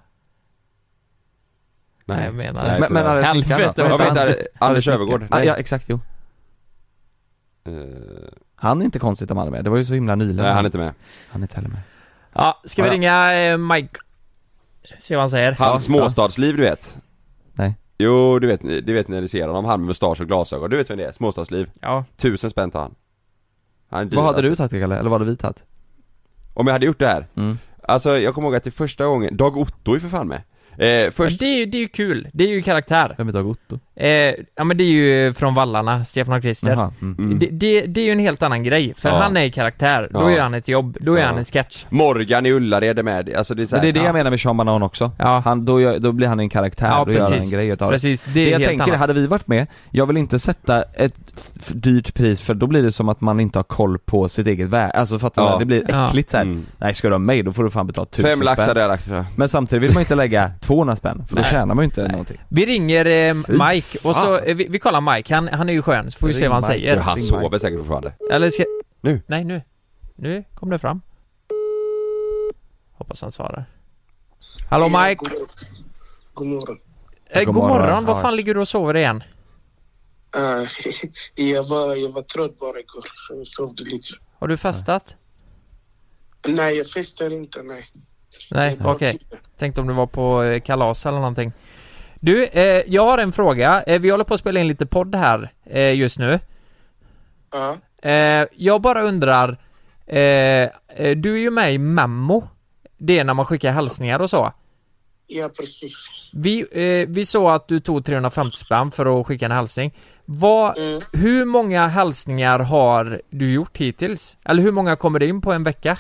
Nej, Nej jag menar Nej, men, men arga snickan då? Jag vet inte, Anders Övergård. Ah, ja, exakt, jo. Uh... Han är inte konstigt om han är med, det var ju så himla nyligen. Nej, han är inte med. Han är inte heller med. Ja, ska vi ja, ringa eh, Mike? Se vad han säger. Hans ja, småstadsliv, du vet. Nej. Jo, du vet, du vet när du ser honom, han med mustasch och glasögon. Du vet vem det är, småstadsliv. Ja. Tusen spänn tar han. han vad hade du tagit, Kalle? Eller vad hade vi tagit? Om jag hade gjort det här? Mm. Alltså, jag kommer ihåg att det första gången, Dag Otto är för fan med. Eh, först... det, är ju, det är ju kul, det är ju karaktär. Vem är Dag Otto? Eh, ja men det är ju från Vallarna, Stefan och Christer. Jaha, mm. Mm. det, det, det är ju en helt annan grej. För Ja. han är i karaktär, då Ja. är han ett jobb, då är Ja. han en sketch. Morgan i Ullared är med, alltså det är så Men här, det är det ja. jag menar med Sean Banan också. Ja. Han, då, gör, då blir han en karaktär, Ja, då gör han precis. en grej utav Precis, det. det är Det jag helt tänker, annat. hade vi varit med, jag vill inte sätta ett f- dyrt pris, för då blir det som att man inte har koll på sitt eget värde. Alltså fattar Ja. man, det blir Ja. äckligt så här. Mm. Nej, ska du ha mig, då får du fan betala tusen Fem laxar spänn. där lagt tror jag. Men samtidigt vill man inte lägga tvåhundra spänn, för då Nej. tjänar man ju inte någonting. Vi ringer eh, Fy Mike och så, fan. eh, vi, vi kollar Mike, han, han är ju skön, så får vi Ring se vad han Mike. säger. Ja, han Ring sover Mike. säkert fortfarande. Eller ska... Nu. Nej, nu. Nu kom det fram. Hoppas han svarar. Hallå Mike. God morgon. Eh, god God morgon, morgon. vad Ja. fan ligger du och sover igen? Uh, jag, var, jag var trött bara igår, så jag sovde lite. Har du festat? Nej, jag festar inte, nej. Nej, Det är okej. bara- Tänkte om du var på eh, kalas eller någonting. Du, eh, jag har en fråga. Eh, vi håller på att spela in lite podd här eh, just nu. Ja. Eh, jag bara undrar, eh, eh, du är ju med i Memo. Det är när man skickar hälsningar och så. Ja, precis. Vi, eh, vi såg att du tog trehundrafemtio spänn för att skicka en hälsning. Vad, Mm. Hur många hälsningar har du gjort hittills? Eller hur många kommer det in på en vecka?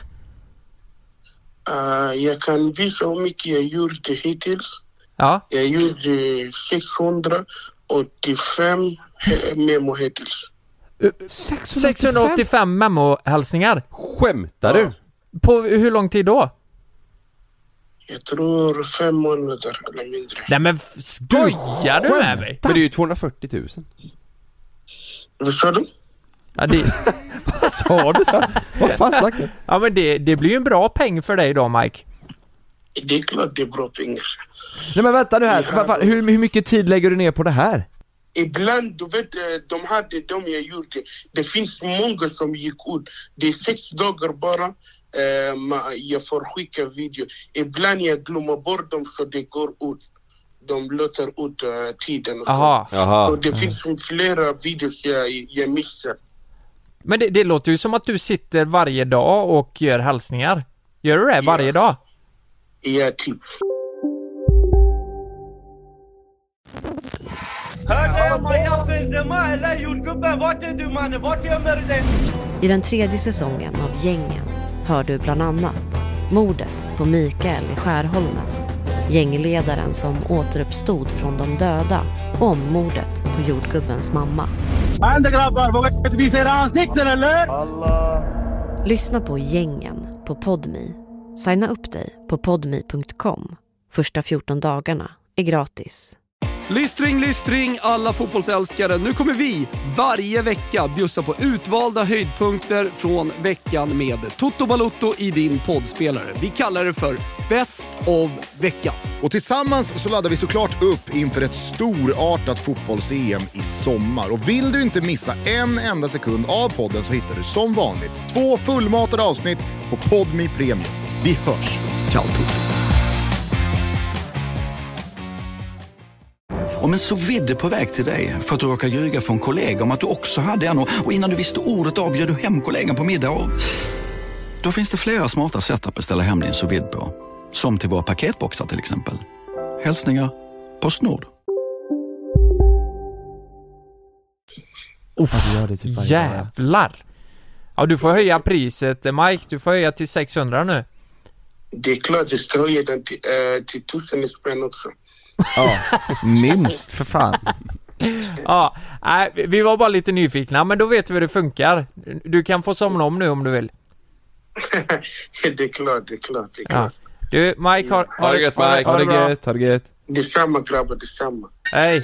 Uh, jag kan visa hur mycket jag gjorde hittills. Ja. Jag gjorde sexhundraåttiofem he- memo hittills. sexhundraåttiofem memo-hälsningar. Skämtar du? På hur lång tid då? Jag tror fem månader eller mindre. Nej men f- skojar du med mig? Men det är ju tvåhundrafyrtio tusen. Vad sa du? Ja, det, Vad sa du så? Vad fan snackar du? ja men det, det blir ju en bra peng för dig då Mike. Det är klart det är bra pengar. Nej men vänta nu här, vad fan, hur, hur mycket tid lägger du ner på det här? Ibland, du vet, eh, de hade de jag gjorde. Det finns många som gick ut. Det är sex dagar bara. Eh, ma- jag får skicka video. Ibland jag glömmer bort dem så det går ut. De låter ut uh, tiden och så. Aha. Jaha. Och det finns flera videos jag, jag missar. Men det, det låter ju som att du sitter varje dag och gör hälsningar. Gör du det varje dag? Ja, typ. I den tredje säsongen av Gängen hör du bland annat mordet på Mikael i Skärholmen, gängledaren som återuppstod från de döda, och mordet på jordgubbens mamma. Lyssna på Gängen på Podme. Signa upp dig på podme punkt com. Första fjorton dagarna är gratis. Lystring, lystring alla fotbollsälskare. Nu kommer vi varje vecka bjussa på utvalda höjdpunkter från veckan med Toto Balotto i din poddspelare. Vi kallar det för Best of veckan. Och tillsammans så laddar vi såklart upp inför ett storartat fotbolls-E M i sommar. Och vill du inte missa en enda sekund av podden så hittar du som vanligt två fullmatade avsnitt på Podme Premium. Vi hörs. Ciao Toto. Om en så vidde på väg till dig för att du råkar ljuga från kollega om att du också hade en, och innan du visste ordet av bjöd du hem kollegan på middag och... Då finns det flera smarta sätt att beställa hem din sous vide på. Som till våra paketboxar till exempel. Hälsningar Postnord. Uff, jävlar. Ja, du får höja priset, Mike. Du får höja till sexhundra nu. Det är klart jag ska höja den till, äh, till tusen spänn också. Ja, minst för fan. Ja, nej, vi var bara lite nyfikna, men då vet vi hur det funkar. Du kan få somna om nu om du vill. Det är klart, det är klart, det är klart. Ja. Du, Mike, har, Ha det gött, Mike. Ha det gött, ha det gött. Detsamma grabbar, detsamma. Hej.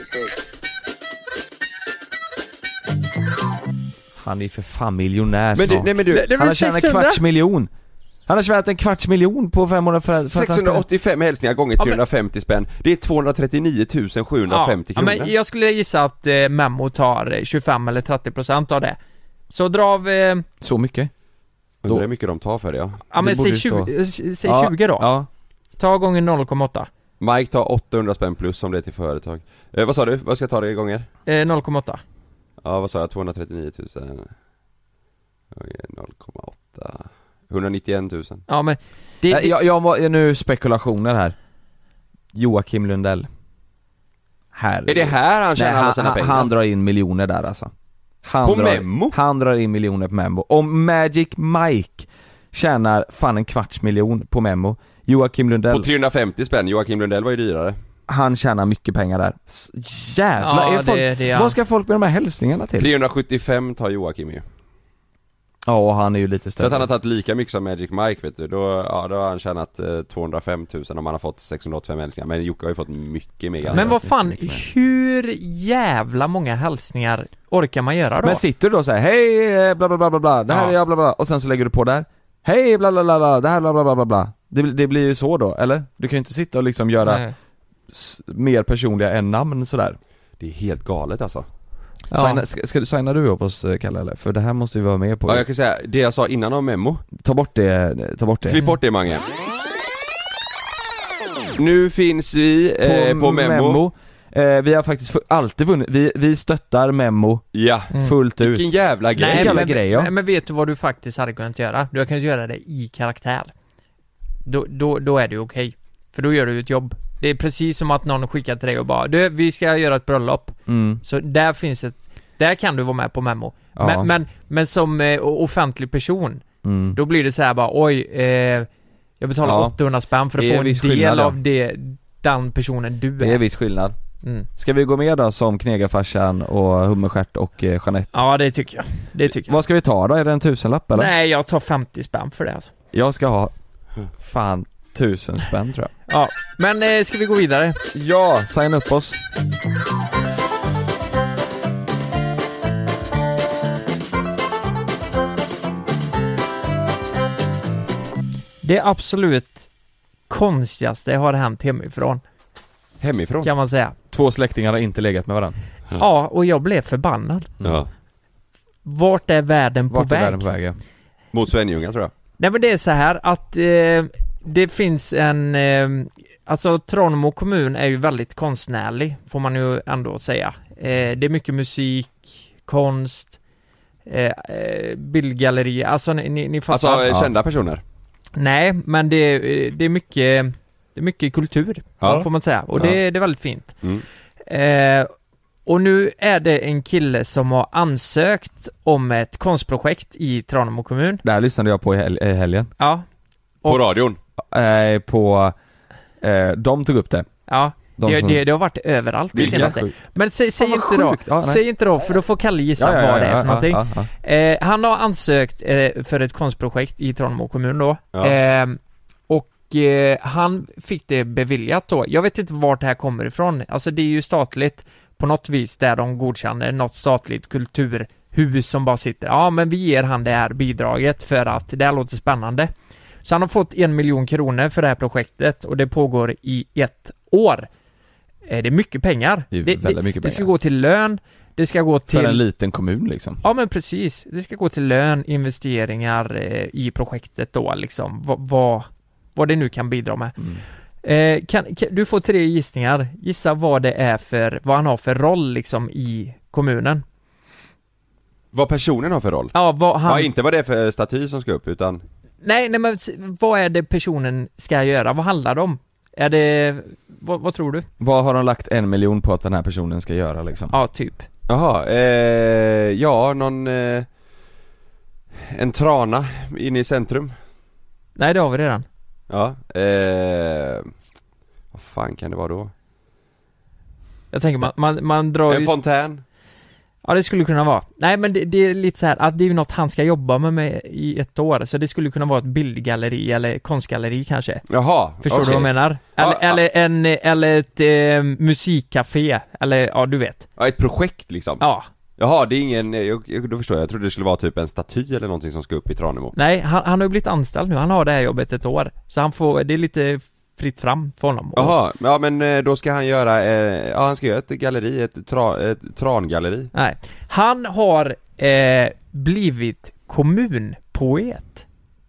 Han är för fan miljonär Men du- snart. nej, men du- Det- det Han har blir tjänat en sexhundra. kvarts miljon. Han har tjänat en kvarts miljon på femhundra för, för att han spelar. sexhundraåttiofem hälsningar gånger Ja, men- trehundrafemtio spänn. Det är tvåhundratrettionio tusen sjuhundrafemtio ja, kronor. men jag skulle gissa att eh, Memo tar eh, tjugofem eller trettio procent av det. Så dra av... Eh, Så mycket? Undrar hur mycket de tar för det, ja. ja, men Det borde säg ju stå. tjugo, eh, säg Ja, tjugo då. Ja. Ta gånger noll komma åtta. Mike tar åttahundra spänn plus om det är till företag. Eh, vad sa du? Vad ska jag ta det i gånger? Eh, noll komma åtta. Ja, vad sa jag? tvåhundratrettionio tusen gånger noll komma åtta. etthundranittioett tusen. Ja, men... Det, Nej, jag, jag var nu spekulationer här. Joakim Lundell. Här. Är det här han tjänar Nej, alla sina han, pengar? han drar in miljoner där alltså. Han På drar, Memmo? Han drar in miljoner på Memmo. Om Magic Mike tjänar fan en kvarts miljon på Memmo. Joakim Lundell På trehundrafemtio spänn, Joakim Lundell var ju dyrare. Han tjänar mycket pengar där. Jävlar, Ja, är folk, det- det är han. vad ska folk med de här hälsningarna till? trehundrasjuttiofem tar Joakim ju. Ja, och han är ju lite Så större. att han har tagit lika mycket som Magic Mike, vet du. Då, ja, då har han tjänat eh, tvåhundrafem tusen om han har fått sexhundraåttiofem hälsningar. Men Jocke har ju fått mycket mer. Men vad fan, hur jävla många hälsningar orkar man göra då? Men sitter du då och säger hej bla bla bla bla bla, det här Ja. är jag bla bla, och sen så lägger du på där hej bla bla bla bla, det här bla bla bla bla bla. Det, det blir ju så då, eller? Du kan ju inte sitta och liksom göra Nej. s- mer personliga än namn sådär. Det är helt galet alltså. Ja. Signa, ska, ska, signar du upp oss, Kalle, eller? För det här måste vi vara med på. Ja, jag kan säga, det jag sa innan om Memmo. Ta bort det, ta bort det. Klipp bort det, Mange. Nu finns vi eh, på, på Memmo. Eh, vi har faktiskt fu- alltid vunnit, vi, vi stöttar Memmo Ja. fullt ut. Vilken jävla grej. Nej, jävla men, grej, ja. men, men vet du vad du faktiskt hade kunnat göra? Du hade kunnat göra det i karaktär. Då, då, då är det okej. För då gör du ett jobb. Det är precis som att någon skickar till dig och bara du, vi ska göra ett bröllop. Mm. Så där finns ett, där kan du vara med på Memmo. Ja. Men, men, men som eh, offentlig person, Mm. då blir det så här bara oj, eh, jag betalar Ja. åttahundra spänn för att Det är få en viss del skillnad, ja. av det, den personen du är. Det är viss skillnad. Mm. Ska vi gå med då som Knegarfarsan och Hummerstjärt och eh, Jeanette? Ja, det tycker jag. Det tycker jag. Vad ska vi ta då? Är det en tusenlapp eller? Nej, jag tar femtio spänn för det alltså. Jag ska ha fan tusen spänn tror jag. Ja, men eh, ska vi gå vidare? Ja, signa upp oss. Det absolut konstigaste har hänt hemifrån, Hemifrån? kan man säga. Två släktingar har inte legat med varandra. Ja, och jag blev förbannad. Ja. Vart är världen på Vart är väg? världen på väg? Ja. Mot Svenljunga tror jag. Nej, men det är så här att eh, det finns en eh, alltså Tranemo kommun är ju väldigt konstnärlig, får man ju ändå säga. Eh, det är mycket musik, konst, eh, eh, bildgalleri, alltså ni, ni, ni fattar. Alltså eh, Ja. kända personer. Nej, men det, är- det är mycket det är mycket kultur, Ja. får man säga. Och Ja. det, det är väldigt fint. Mm. Eh, och nu är det en kille som har ansökt om ett konstprojekt i Tranemo kommun. Det här lyssnade jag på i hel- i helgen. Ja. På Och- radion. Eh, på, eh, de tog upp det. Ja, De det, som- det, det har varit överallt det Vilka? senaste. Men säg, säg Fan, vad inte då, sjukt. Ja, nej. säg inte då, för då får Kalle gissa vad det är för någonting. Ja, ja, ja. Eh, han har ansökt eh, för ett konstprojekt i Tranemo kommun då. Ja. Eh, och eh, han fick det beviljat då. Jag vet inte vart det här kommer ifrån. Alltså det är ju statligt på något vis där de godkänner något statligt kulturhus som bara sitter. Ja, men vi ger han det här bidraget för att det här låter spännande. Så han har fått en miljon kronor för det här projektet och det pågår i ett år. Eh, det är mycket pengar. Det är det, väldigt mycket det ska pengar. gå till lön, det ska gå till... För en liten kommun liksom. Ja, men precis. Det ska gå till lön, investeringar eh, i projektet då liksom. Va, vad, vad det nu kan bidra med. Mm. Eh, kan, kan, du får tre gissningar. Gissa vad det är för, vad han har för roll liksom i kommunen. Vad personen har för roll. Ja, vad han... Ja, inte vad det är för staty som ska upp, utan Nej, nej men s- vad är det personen ska göra? Vad handlar det om? Är det... Vad, vad tror du? Vad har de lagt en miljon på att den här personen ska göra liksom? Ja, typ. jaha, eh, ja, någon eh, en trana inne i centrum. Nej, det har vi redan. Ja, eh, vad fan kan det vara då? Jag tänker man, man, man drar En ju... fontän? Ja, det skulle kunna vara. Nej, men det, det är lite så här att det är ju något han ska jobba med, med i ett år. Så det skulle kunna vara ett bildgalleri eller konstgalleri kanske. Jaha, Förstår okej. du vad jag menar? Eller, Ja, eller, en, eller ett eh, musikcafé. Eller, ja, du vet. Ja, ett projekt liksom. Ja. Jaha, det är ingen, jag, jag, då förstår jag, jag trodde det skulle vara typ en staty eller någonting som ska upp i Tranemo. Nej, han, han har ju blivit anställd nu. Han har det här jobbet ett år. Så han får, det är lite fritt fram för honom. Jaha, ja men eh, då ska han göra, eh, ja han ska göra ett galleri, ett, tra, ett trangalleri. Nej. Han har eh, blivit kommunpoet.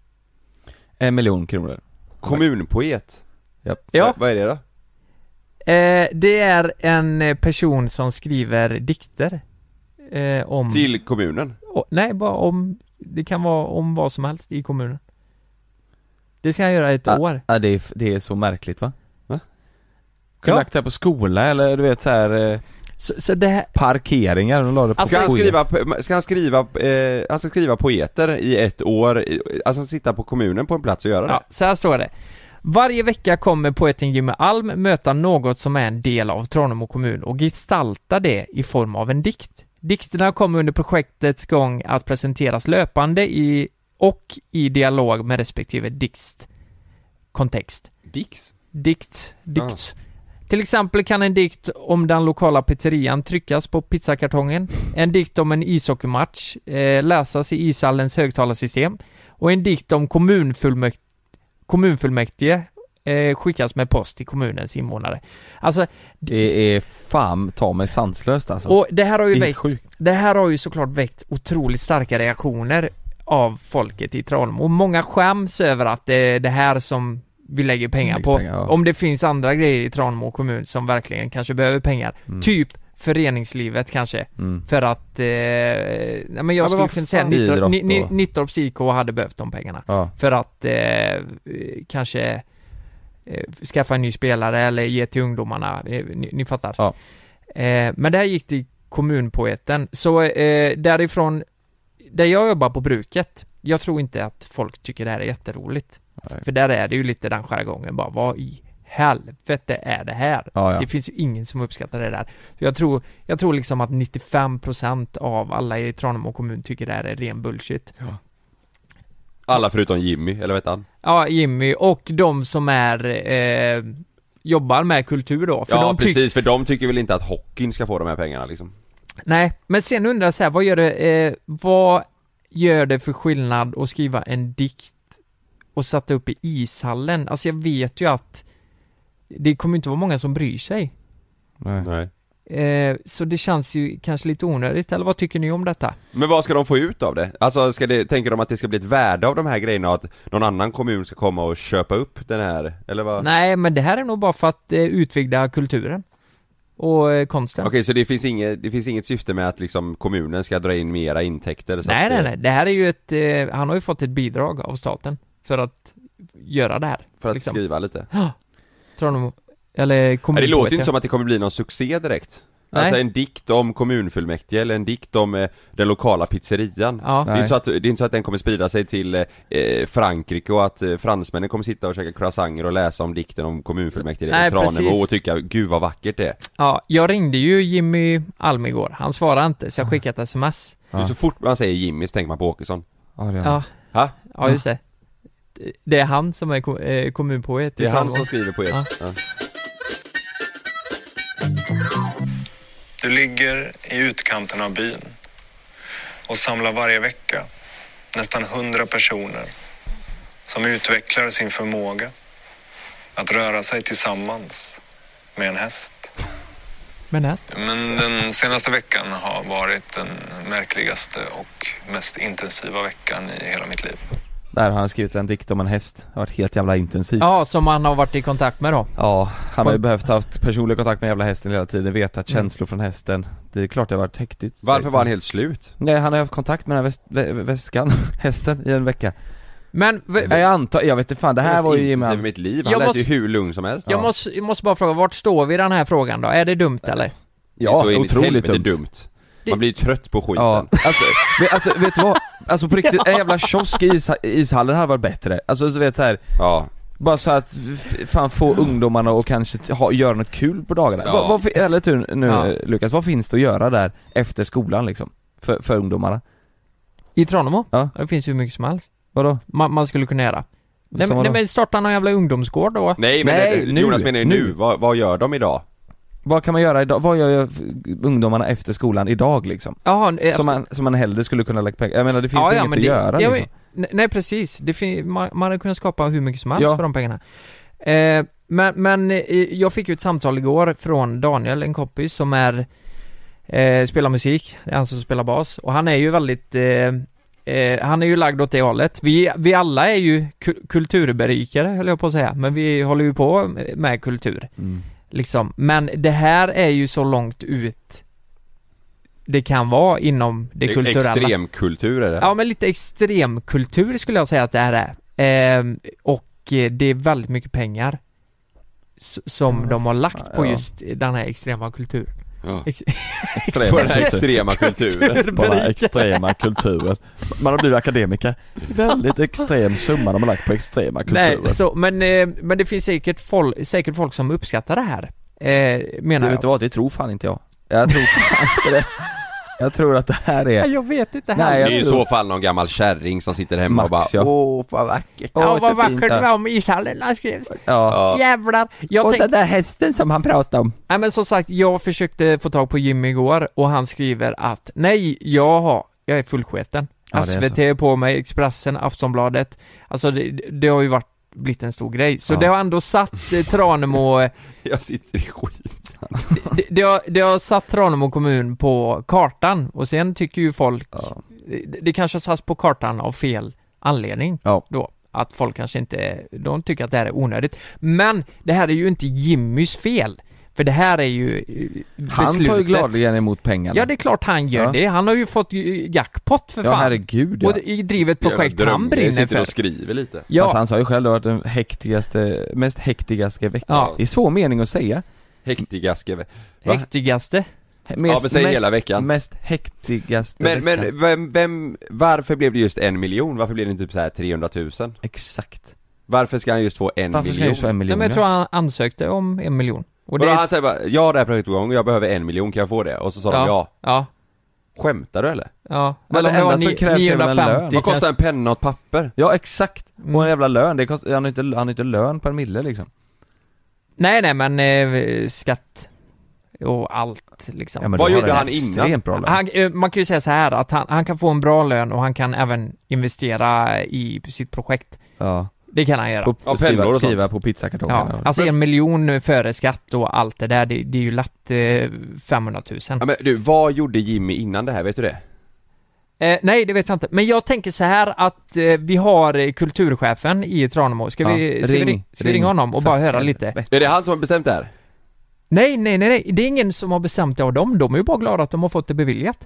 En miljon kronor. Kommunpoet? Japp. Ja. Va, vad är det då? Eh, det är en eh, person som skriver dikter. Eh, om... Till kommunen? O- nej, bara om... Det kan vara om vad som helst i kommunen. Det ska han göra ett Ja, år. ja, det är, det är så märkligt va? Va? Kunde lagt det på skola eller du vet så här. Så, så det här... parkeringar de la det på. Ska han skriva, ska han skriva, eh, han ska skriva poeter i ett år, alltså sitta på kommunen på en plats och göra det? Ja, så här står det. Varje vecka kommer poeten Jimmy Alm möta något som är en del av Tranemo kommun och gestalta det i form av en dikt. Dikterna kommer under projektets gång att presenteras löpande i, och i dialog med respektive dikt kontext. Dix? Dikt, dikt. Ah. Till exempel kan en dikt om den lokala pizzerian tryckas på pizzakartongen, en dikt om en ishockeymatch eh, läsas i ishallens högtalarsystem och en dikt om kommunfullmäkt- kommunfullmäktige eh, skickas med post till kommunens invånare. Alltså det är fan ta mig sanslöst alltså. Och det här har ju väckt, det här har ju såklart väckt otroligt starka reaktioner av folket i Tranemo. Och många skäms över att det är det här som vi lägger pengar på. Pengar, ja. Om det finns andra grejer i Tranemo kommun som verkligen kanske behöver pengar. Mm. Typ föreningslivet kanske. Mm. För att eh, nej, men jag ja, skulle kunna säga Nittorp, Nittorp, Nittorp Psyko hade behövt de pengarna. Ja. För att eh, kanske eh, skaffa en ny spelare eller ge till ungdomarna. Eh, ni, ni fattar. Ja. Eh, men det här gick till kommunpoeten. Så eh, därifrån där jag jobbar på bruket, jag tror inte att folk tycker det här är jätteroligt. Nej. För där är det ju lite den jargongen bara, vad i helvete är det här? Ja, ja. Det finns ju ingen som uppskattar det där. Så jag tror, jag tror liksom att nittiofem procent av alla i Tranemo kommun tycker det här är ren bullshit. Ja. Alla förutom Jimmy, eller vet han? Ja, Jimmy och de som är eh, jobbar med kultur då. För ja, de ty- precis, för de tycker väl inte att hockeyn ska få de här pengarna liksom. Nej, men sen undrar jag så här, vad gör det, eh, vad gör det för skillnad att skriva en dikt och satta upp i ishallen? Alltså jag vet ju att det kommer inte vara många som bryr sig. Nej. Nej. Eh, så det känns ju kanske lite onödigt, eller vad tycker ni om detta? Men vad ska de få ut av det? Alltså ska det, tänker de att det ska bli ett värde av de här grejerna och att någon annan kommun ska komma och köpa upp den här, eller vad? Nej, men det här är nog bara för att eh, utvidga kulturen och eh, konsten. Okej, okay, så det finns inget, det finns inget syfte med att liksom kommunen ska dra in mera intäkter? Så nej, att, nej, nej. Det här är ju ett, eh, han har ju fått ett bidrag av staten för att göra det här. För att liksom. skriva lite? Ja, tror de, eller kommunpoet. Det låter inte som att det kommer bli någon succé direkt. Nej. Alltså en dikt om kommunfullmäktige eller en dikt om eh, den lokala pizzerian. Ja. Det är inte så att, det är inte så att den kommer sprida sig till eh, Frankrike och att eh, fransmännen kommer sitta och käka croissanter och läsa om dikten om kommunfullmäktige i Tranemo och tycka, gud vad vackert det är. Ja, jag ringde ju Jimmy Alm igår. Han svarade inte, så jag skickade ett sms. Ja. Så fort man säger Jimmy så tänker man på Åkesson. Ja, det är han. Ja. Ha? Ja, just det. Det är han som är ko- eh, kommunpoet. Det är han som skriver poet. Ja. Ja. Du ligger i utkanten av byn och samlar varje vecka nästan hundra personer som utvecklar sin förmåga att röra sig tillsammans med en häst. Med en häst? Men den senaste veckan har varit den märkligaste och mest intensiva veckan i hela mitt liv. Där har han skrivit en dikt om en häst. Det har varit helt jävla intensivt. Ja, som han har varit i kontakt med då. Ja, han har ju behövt haft personlig kontakt med jävla hästen hela tiden. Vet att känslor mm. från hästen. Det är klart det har varit häktigt. Varför var han helt slut? Nej, han har haft kontakt med den här väs- vä- väskan, hästen, i en vecka. Men v- jag antar, jag vet inte fan, det här var ju i mitt liv. Han jag lät måste, ju hur lugn som helst. Jag, ja. måste, jag måste bara fråga, vart står vi i den här frågan då? Är det dumt eller? Ja, det är otroligt dumt. dumt. Man blir trött på skiten. Ja, alltså, alltså vet du vad? Alltså på riktigt, en jävla kiosk i is- ishallen hade varit bättre. Alltså så vet så här. Ja. Bara så att f- fan få ungdomarna och kanske ha, göra något kul på dagarna. Ja. Vad, vad, eller tur nu ja. Lukas, vad finns det att göra där efter skolan liksom? För, för ungdomarna? I Tranemo? Ja. Det finns ju mycket som helst. Vadå? Man, man skulle kunna göra. Nej, nej men starta någon jävla ungdomsgård då. Nej men nej, det, Jonas menar ju nu, nu. Vad, vad gör de idag? Vad kan man göra idag? Vad gör ungdomarna efter skolan idag liksom? Jaha, efter... som, man, som man hellre skulle kunna lägga pengar. Jag menar det finns ja, ja, inget att det, göra ja, liksom. men, nej precis, det fin- man, man hade kunnat skapa hur mycket som helst ja. för de pengarna. eh, Men, men eh, jag fick ju ett samtal igår från Daniel, en kompis som är eh, spelar musik, det är han som spelar bas. Och han är ju väldigt eh, eh, han är ju lagd åt det hållet. Vi, vi alla är ju ku- kulturberikare, höll jag på att säga. Men vi håller ju på med kultur mm. liksom. Men det här är ju så långt ut det kan vara inom det, det kulturella. Extremkultur är det. Ja, men lite extremkultur skulle jag säga att det här är. Eh, och det är väldigt mycket pengar. s- som de har lagt på just den här extrema kulturen. Ja. Ex- Extrema, den här extrema kulturen. Bara extrema kulturer. Man har blivit akademiker. Väldigt extrem summa de har lagt på extrema kulturer. Nej, så, men, eh, men det finns säkert, fol- säkert folk som uppskattar det här. Eh, menar det, jag. vet du vad, det tror fan inte jag. Jag tror fan inte det. Jag tror att det här är... Jag vet inte. Nej, det är i tror... så fall någon gammal kärring som sitter hemma Max, och bara ja. åh vad vackert. Ja, Åh, vad så vackert fint det där. var om ishallen skrev. Ja. Jävlar. Jag och tänk... den där hästen som han pratade om. Nej, men som sagt, jag försökte få tag på Jimmy igår och han skriver att nej, jag har, jag är fullsketen. Ja, det är S V T är på mig, Expressen, Aftonbladet. Alltså det, det har ju varit blivit en stor grej. Så Ja. det har ändå satt eh, Tranemo Jag sitter i skit. det, det, har, det har satt Tranemo kommun på kartan. Och sen tycker ju folk Ja. det, det kanske har satts på kartan av fel anledning Ja. då. Att folk kanske inte, de tycker att det här är onödigt. Men det här är ju inte Jimmys fel. För det här är ju eh, Han tar ju beslutet. gladeligen emot pengarna. Ja, det är klart han gör Ja. det. Han har ju fått ju jackpot för Ja, fan. herregud, ja. Och det- driver ett projekt han brinner Jag sitter för. och skriver lite. Ja. Fast han sa ju själv då att den hektigaste, mest hektigaste veckan. Ja. Det är svår mening att säga. Hektigaste. Va? Hektigaste. Mest, Ja, men säg mest, hela veckan. Mest hektigaste Men, veckan. men vem, vem, varför blev det just en miljon? Varför blev det inte typ så här trehundratusen? Exakt. Varför ska han just få en Varför ska miljon? han just få en Nej, miljon? men jag tror han ansökte om en miljon. Och Och det han säger bara, ja det här projektet igång, jag behöver en miljon, kan jag få det? Och så sa de ja. Ja. Skämtar du eller? Ja. Men Eller om det det var enda som ni- krävs är väl en lön. niohundrafemtio Vad kostar kanske. en penna och ett papper? Ja, exakt. Mm. Och en jävla lön. Det kost, han har inte, han har inte lön per mille liksom. Nej, nej, men eh, skatt och allt liksom. Ja, men Vad då har gjorde det han extremt innan? bra lön. Han, eh, man kan ju säga så här att han, han kan få en bra lön och han kan även investera i sitt projekt. Ja. Det kan han göra. På, Ja, skriva, pennor och skriva sånt. på pizzakartongen. Ja, alltså en miljon före skatt och allt det där, det, det är ju lätt eh, femhundratusen. Ja, men du, vad gjorde Jimmy innan det här, vet du det? Eh, nej, det vet jag inte. Men jag tänker så här att eh, vi har eh, kulturchefen i Tranemo. Ska vi, Ja, ska ring, vi, ring, ska vi ring. ringa honom och bara höra lite? Är det han som har bestämt det här? Nej, nej, nej, nej. Det är ingen som har bestämt det av dem. De är ju bara glada att de har fått det beviljat.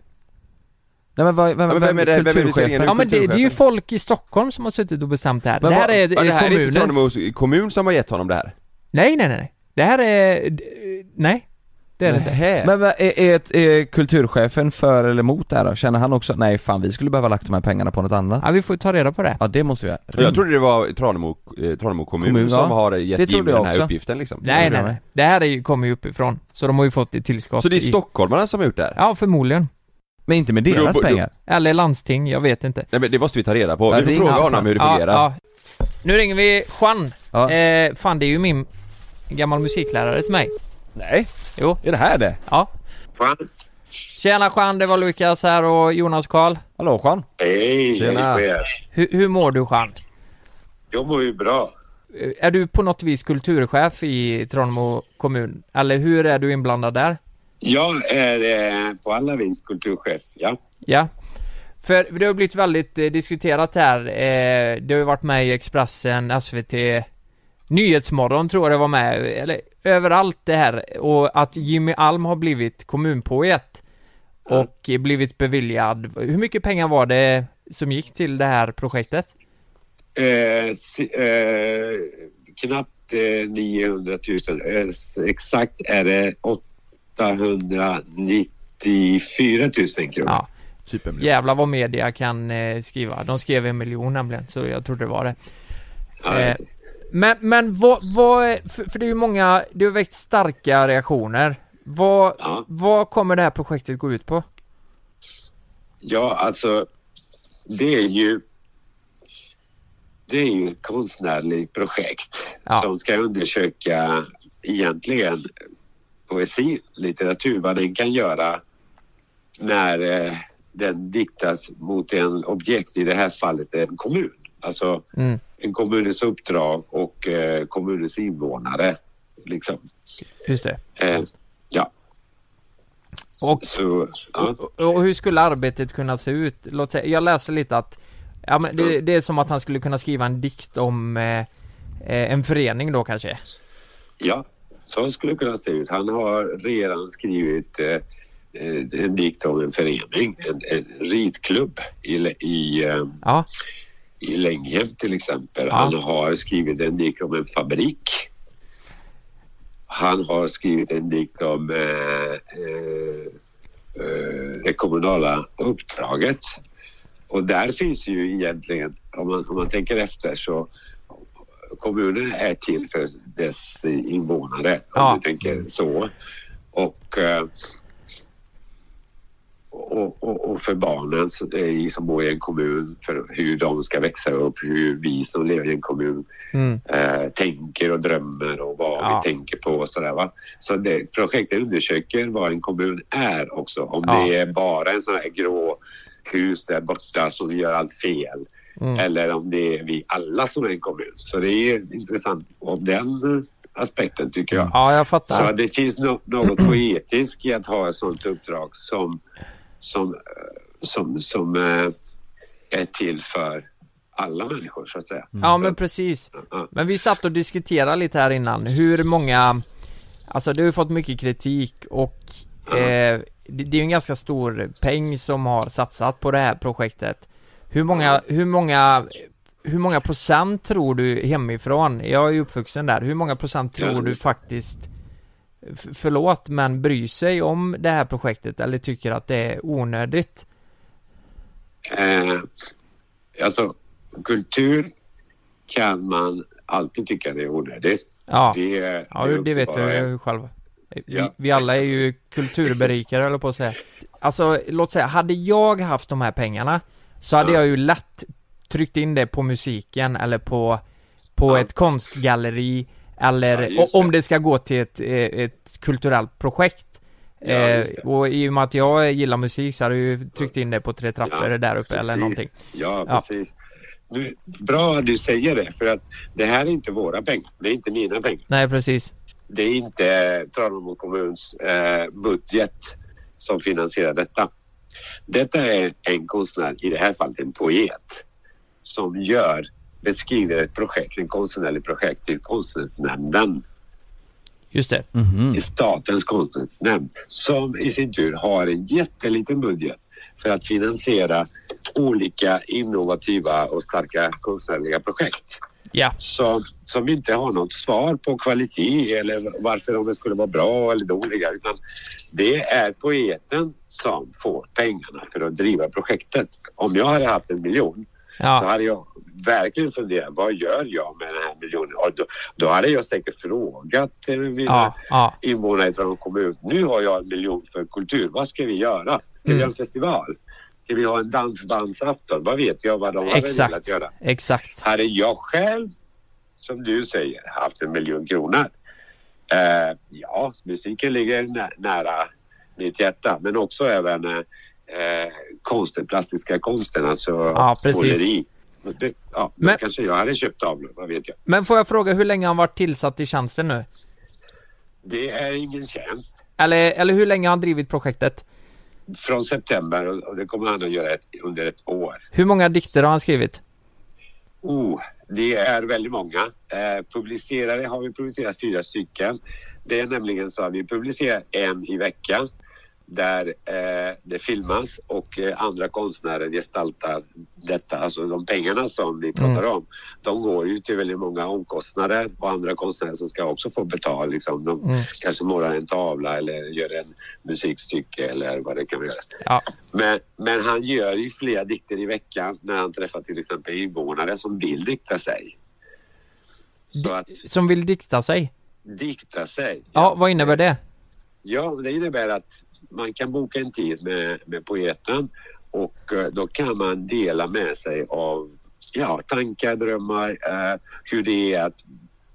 Nej men vad, vem, Ja, men vem är det- vem är det vi ska ringa nu? Ja, men det, det är ju kulturchefen. folk i Stockholm som har suttit och bestämt det här. Men det här vad- är, Ja, det här är inte kommunens... Tranemo kommun som har gett honom det här? Nej, nej, nej, nej. Det här är... d- Nej, det är det inte. Nähä. Men vad- är, är, ett- är kulturchefen för eller emot det här då? Känner han också, nej fan vi skulle behöva lagt de här pengarna på något annat? Ja, vi får ta reda på det. Ja det måste vi göra. Jag trodde det var Tranemo, eh, Tranemo kommun, Kommun, som ja. har Det gett trodde Jimmy jag den här också. uppgiften liksom. Nej, nej, nej. Det här är ju, kommer ju uppifrån. Så de har ju fått ett tillskott. Så det är i- stockholmarna som har gjort det här? Ja, förmodligen. Men inte med Men då- deras då- pengar? Eller landsting, jag vet inte. Nej men det måste vi ta reda på, Ja, vi får ring fråga han, honom fan. hur det Ja, fungerar. ja. Nu ringer vi Juan. Ja. Eh, fan, det är ju min gammal musiklärare till mig. Nej. Jo. Är det här det? Ja. Juan? Tjena Juan, det var Lukas här och Jonas Karl. Hallå Juan. Hej, Tjena. hej på er. Hur, hur mår du Juan? Jag mår ju bra. Eh, Är du på något vis kulturchef i Tranemo kommun? Eller hur är du inblandad där? Jag är eh, på alla vis kulturchef, ja. Ja. För det har blivit väldigt eh, diskuterat här. Eh, det har ju varit med i Expressen, S V T, Nyhetsmorgon tror jag det var med. Eller överallt det här. Och att Jimmy Alm har blivit kommunpoet. Och eh, blivit beviljad. Hur mycket pengar var det som gick till det här projektet? Eh, si, eh, knappt eh, niohundratusen. Eh, s- exakt är det åttahundranittiofyra tusen kronor. Ja. Typ en miljon. Jävlar vad media kan eh, skriva. De skrev en miljon nämligen. Så jag trodde det var det. Ja, Eh, men men vad, vad är- för, för det är ju många, det har väckt starka reaktioner. Vad, Ja. vad kommer det här projektet gå ut på? Ja, alltså det är ju det är ju ett konstnärligt projekt Ja. som ska undersöka egentligen poesi, litteratur, vad den kan göra när eh, den diktas mot en objekt, i det här fallet en kommun. Alltså Mm. en kommunens uppdrag och eh, kommunens invånare liksom. Just det. Eh, ja. Och, Så, ja. och, och hur skulle arbetet kunna se ut? Låt säga, jag läser lite att ja, men det, det är som att han skulle kunna skriva en dikt om eh, eh, en förening då kanske. Ja, så skulle det kunna se ut. Han har redan skrivit eh, en dikt om en förening, en, en ridklubb i, i, eh, Ja. i Länghem till exempel. Ja. Han har skrivit en dikt om en fabrik. han har skrivit en dikt om eh, eh, eh, det kommunala uppdraget. Och där finns ju egentligen, om man, om man tänker efter, så kommunen är till för dess invånare, ja. om du tänker så. Och, eh, och, och, och för barnen som bor i en kommun, för hur de ska växa upp, hur vi som lever i en kommun mm. eh, tänker och drömmer och vad ja. vi tänker på och sådär, va. Så det, projektet undersöker vad en kommun är också. Om ja. det är bara en sån här grå hus där borta som gör allt fel. Mm. Eller om det är vi alla som är en kommun. Så det är intressant om den aspekten, tycker jag. Ja, jag fattar. Så det finns no- något poetiskt i att ha ett sånt uppdrag som som, som, som äh, är till för alla människor, så att säga. Mm. Ja, men precis. Men vi satt och diskuterade lite här innan. Hur många... Alltså, du har ju fått mycket kritik och eh, det, det är ju en ganska stor peng som har satsat på det här projektet. Hur många, hur många, hur många procent tror du hemifrån? Jag är ju uppvuxen där. Hur många procent tror du faktiskt, f- förlåt, men bryr sig om det här projektet eller tycker att det är onödigt? Eh, alltså, kultur kan man alltid tycka det är onödigt. Ja, det, ja, det, det vet jag ju själv. Vi, ja. vi alla är ju kulturberikare, eller på att säga. Alltså, låt säga, hade jag haft de här pengarna så hade ja. jag ju lätt tryckt in det på musiken eller på, på ja. ett konstgalleri eller ja, om det ska gå till ett, ett kulturellt projekt. Ja, eh, och i och med att jag gillar musik så hade jag ju tryckt in det på tre trappor ja, där uppe precis. eller någonting. Ja, precis. Ja. Nu, bra att du säger det, för att det här är inte våra pengar. Det är inte mina pengar. Nej, precis. Det är inte Tranemo kommuns eh, budget som finansierar detta. Detta är en konstnär, i det här fallet en poet, som gör, beskriver ett projekt, en konstnärlig projekt till konstnärsnämnden. Just det. Mm-hmm. I statens konstnärsnämnd, som i sin tur har en jätteliten budget för att finansiera olika innovativa och starka konstnärliga projekt. Ja. Som, som inte har något svar på kvalitet eller varför de skulle vara bra eller dåliga, utan det är poeten som får pengarna för att driva projektet. Om jag hade haft en miljon ja. så hade jag verkligen funderat, vad gör jag med den här miljonen? Och då, då hade jag säkert frågat mina ja. Ja. invånare i Tranemo kommun, nu har jag en miljon för kultur, vad ska vi göra? Ska mm. vi ha en festival? Ska vi ha en dansbandsafton? Vad vet jag vad de har velat göra? Exakt. Hade jag själv, som du säger, haft en miljon kronor. Eh, ja, musiken ligger nä- nära mitt hjärta. Men också även eh, konsten, plastiska konsten, alltså ja, måleri. Det, ja, men kanske jag hade köpt av, vad vet jag. Men får jag fråga, hur länge har han varit tillsatt i tjänsten nu? Det är ingen tjänst. Eller, eller hur länge har han drivit projektet? Från september, och det kommer han att göra ett, under ett år. Hur många dikter har han skrivit? Oh, det är väldigt många. Eh, publicerare har vi publicerat fyra stycken. Det är nämligen så att vi publicerar en i veckan där eh, det filmas och eh, andra konstnärer gestaltar detta. Alltså de pengarna som vi pratar mm. om, de går ju till väldigt många omkostnader och andra konstnärer som ska också få betala. Liksom. De mm. kanske målar en tavla eller gör en musikstycke eller vad det kan vara. Ja. Men, men han gör ju flera dikter i veckan när han träffar till exempel invånare som vill dikta sig. Så att, som vill dikta sig? Dikta sig. Ja, ja, vad innebär det? Ja, det innebär att man kan boka en tid med, med poeten och uh, då kan man dela med sig av ja, tankar, drömmar, uh, hur det är att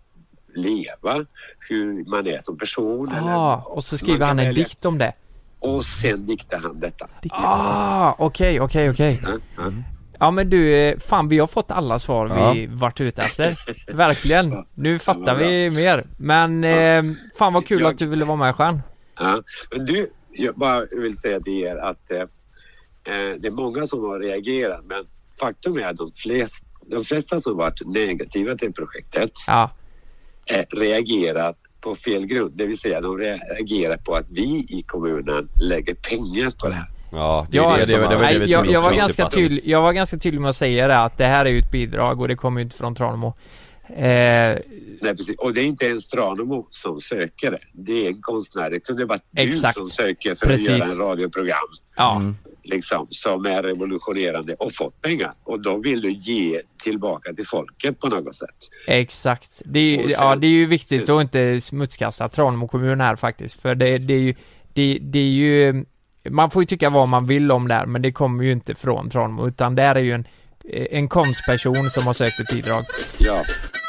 leva, hur man är som person. Ah, eller, och så skriver han en välja. dikt om det. Och sen diktar han detta. Ah, okej, okej, okej. Ja, men du, fan, vi har fått alla svar ja. vi varit ute efter. Verkligen. Nu fattar vi mer. Men eh, fan vad kul jag... att du ville vara med, Stjärn. Ja, men du, jag bara vill säga till er att eh, det är många som har reagerat, men faktum är att de flesta, de flesta som varit negativa till projektet ja. eh, reagerat på fel grund. Det vill säga de reagerar på att vi i kommunen lägger pengar på det här. Ja, det, ja, det, det, det, det, det, det jag, jag, var ganska tydlig, jag var ganska tydlig med att säga det, att det här är ju ett bidrag och det kommer ju inte från Tranemo. Eh, Nej, precis. Och det är inte en Tranemo som söker det. Det är en konstnär. Det kunde vara du Exakt. som söker för Precis. att göra en radioprogram. Ja. Mm. Liksom, som är revolutionerande och fått pengar. Och då vill du ge tillbaka till folket på något sätt. Exakt. Det är, ju, sen, ja, det är ju viktigt sen, att inte smutskasta Tranemo kommun här faktiskt. För det, det är ju... Det, det är ju man får ju tycka vad man vill om det här, men det kommer ju inte från Tranemo, utan det är ju en, en konstperson som har sökt ett bidrag. Ja.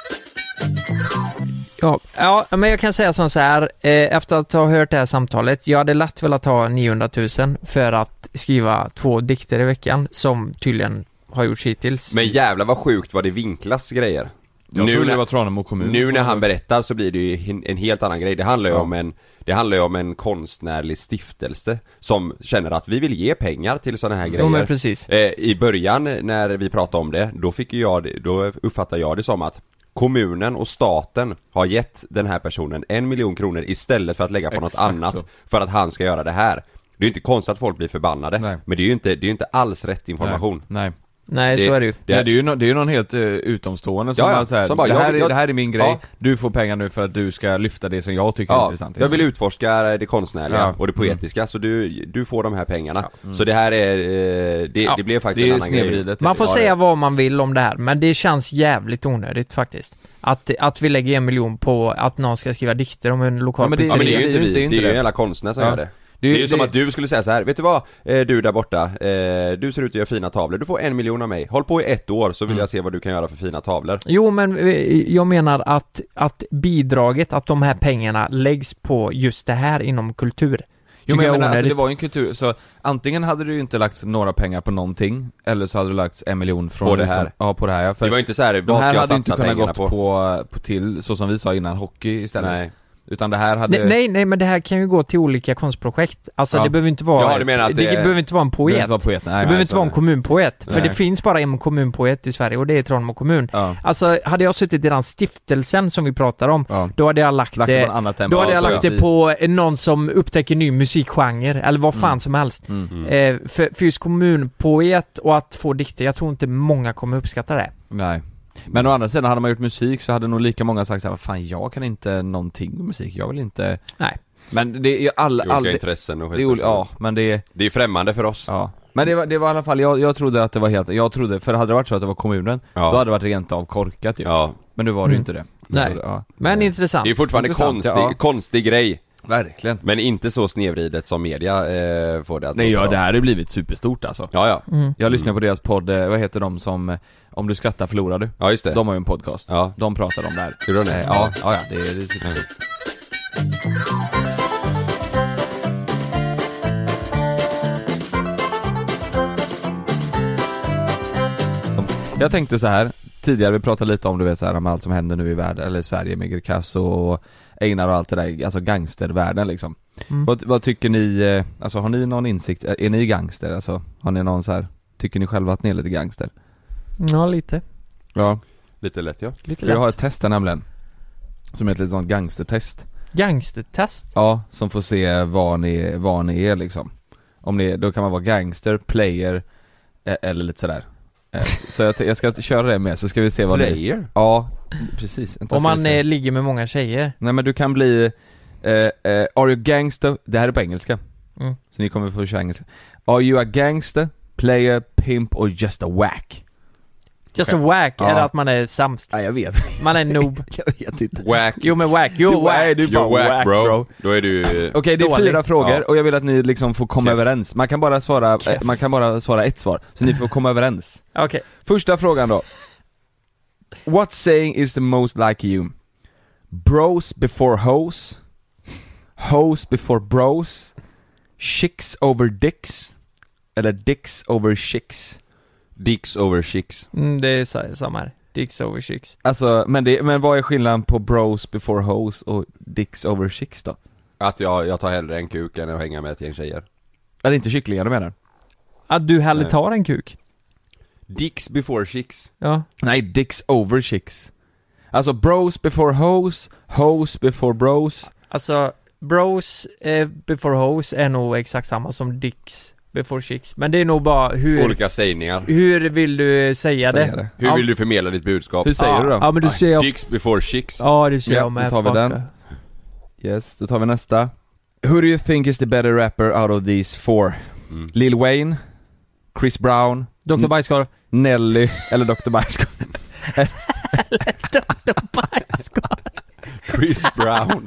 Ja, ja, men jag kan säga som så här, eh, efter att ha hört det här samtalet, jag hade lätt velat ha niohundratusen för att skriva två dikter i veckan, som tydligen har gjorts hittills. Men jävla vad sjukt vad det vinklas grejer. Jag nu tror när, det var Tranemo kommun. Nu när han berättar så blir det ju en helt annan grej. Det handlar ju ja. om en Det handlar ju om en konstnärlig stiftelse som känner att vi vill ge pengar till sådana här grejer. Jo, men precis. Eh, I början när vi pratade om det, då fick jag det, då uppfattade jag det som att kommunen och staten har gett den här personen en miljon kronor istället för att lägga på Exakt något annat så. för att han ska göra det här. Det är ju inte konstigt att folk blir förbannade. Nej. Men det är ju inte, det är ju inte alls rätt information. Nej. Nej. Nej, det, så är det ju. Det är, det är ju, no, det är ju någon helt uh, utomstående som, ja, ja. bara, så här, som bara, det, här jag, är, jag, det här är min grej, ja. du får pengar nu för att du ska lyfta det som jag tycker ja, är intressant. Jag vill utforska det konstnärliga ja. och det poetiska, mm. så du, du får de här pengarna. Ja. Mm. Så det här är, eh, det, ja. det blev faktiskt det en annan grej. Man får ja, säga det. vad man vill om det här, men det känns jävligt onödigt faktiskt. Att, att vi lägger en miljon på att någon ska skriva dikter om en lokal ja, men det, ja, men det är ju inte vi, det är, inte det är ju det. en jävla konstnär som ja. gör det. Det, det är ju det, som det, att du skulle säga så här, vet du vad, eh, du där borta, eh, du ser ut att göra fina tavlor, du får en miljon av mig, håll på i ett år så vill mm. jag se vad du kan göra för fina tavlor. Jo, men jag menar att, att bidraget, att de här pengarna läggs på just det här inom kultur. Jo, men jag menar, alltså, det var ju en kultur, så antingen hade du ju inte lagt några pengar på någonting, eller så hade du lagt en miljon från på det här. Utan, ja, på det här. Ja, för det var inte så här, de vad här ska jag hade inte satsa kunnat gått på? På, på till, så som vi sa innan, hockey istället. Nej. Utan det här hade... Nej, nej, nej, men det här kan ju gå till olika konstprojekt. Alltså ja. det behöver inte vara... Ja, du menar att det, det... det behöver inte vara en poet. Det, vara poet. Nej, det nej, behöver inte vara en nej. kommunpoet. För Nej. det finns bara en kommunpoet i Sverige och det är Tranemo kommun. Ja. Alltså, hade jag suttit i den stiftelsen som vi pratar om, ja. då hade jag lagt, lagt det... På annat då hade jag ja, lagt det på någon som upptäcker ny musikgenre, eller vad fan mm. som helst. Mm. Mm. Eh, för, för just kommunpoet och att få dikter, jag tror inte många kommer uppskatta det. Nej. Men å andra sidan, hade man gjort musik så hade nog lika många sagt såhär, fan jag kan inte någonting med musik, jag vill inte... Nej. Men det är ju alla... Olika all, intressen och det är, ja, men det är... Det är främmande för oss. Ja. Men det var, det var i alla fall, jag, jag trodde att det var helt... Jag trodde, för hade det varit så att det var kommunen, ja. då hade det varit rent av korkat ju. Ja. Men nu var det mm. ju inte det. Nej, trodde, ja. men intressant. Det är fortfarande intressant, konstig, ja. konstig grej. Verkligen. Men inte så snedvridet som media eh, får det att Nej, ja, det här har blivit superstort alltså. Ja, ja. Mm. Jag lyssnar på deras podd, vad heter de som... Om du skrattar förlorar du. Ja, just det. De har ju en podcast. Ja. De pratar om det här. Hur är det? Ja, ja, ja, det är, det är superstort. Jag tänkte så här, tidigare vi pratade lite om, du vet så här, om allt som händer nu i världen, eller i Sverige med Greekazo och Einar och allt det där, alltså gangstervärlden liksom. Mm. Vad, vad tycker ni, alltså har ni någon insikt, är ni gangster, alltså har ni någon så här, tycker ni själva att ni är lite gangster? Ja, lite. Ja. Lite lätt, ja. Lite För lätt. jag har ett test här nämligen, som är ett litet sånt gangstertest. Gangstertest? Ja, som får se vad ni, vad ni är liksom. Om ni, då kan man vara gangster, player, eller lite sådär. Så jag, jag ska köra det med, så ska vi se vad player? Ni... Ja, precis. Om man eh, ligger med många tjejer. Nej, men du kan bli eh, eh, Are you gangster? Det här är på engelska, mm. så ni kommer få köra engelska. Are you a gangster, player, pimp or just a whack? Just a whack, ja. Är det att man är sämst? Ja, jag vet. Man är noob. Jag vet inte. Whack. Jo, men whack, jo, du, whack. Nej, du är bara You're whack, bro. bro. Då är du... Okej, okay, det är dålig. fyra frågor, Ja. och jag vill att ni liksom får komma Keff. överens. Man kan bara svara eh, man kan bara svara ett svar, så ni får komma överens. Okej. Okay. Första frågan då. What saying is the most like you? Bros before hoes, hoes before bros, chicks over dicks, eller dicks over chicks? Dicks over chicks. Mm, det är så, samma här. Dicks over chicks. Alltså, men, det, men vad är skillnaden på bros before hoes och dicks over chicks då? Att jag, jag tar hellre en kuk än att hänga med ett gäng tjejer. Är det inte kycklingar du menar? Att du hellre Nej. tar en kuk? Dicks before chicks. Ja. Nej, dicks over chicks. Alltså bros before hoes, hoes before bros. Alltså, bros eh, before hoes är nog exakt samma som dicks before chicks. Men det är nog bara hur... Olika sägningar. Hur vill du säga, Säga det? det. Hur Ja. vill du förmedla ditt budskap? Hur säger Ja. du då? Ja, men du säger... Dicks before chicks. Ja, det säger Ja, jag med. då tar vi fuck. den. Yes, då tar vi nästa. Who do you think is the better rapper out of these four? Mm. Lil Wayne, Chris Brown, doktor Bajskorv. Nelly eller doktor Bajskorv? doktor Bajskorv. Chris Brown.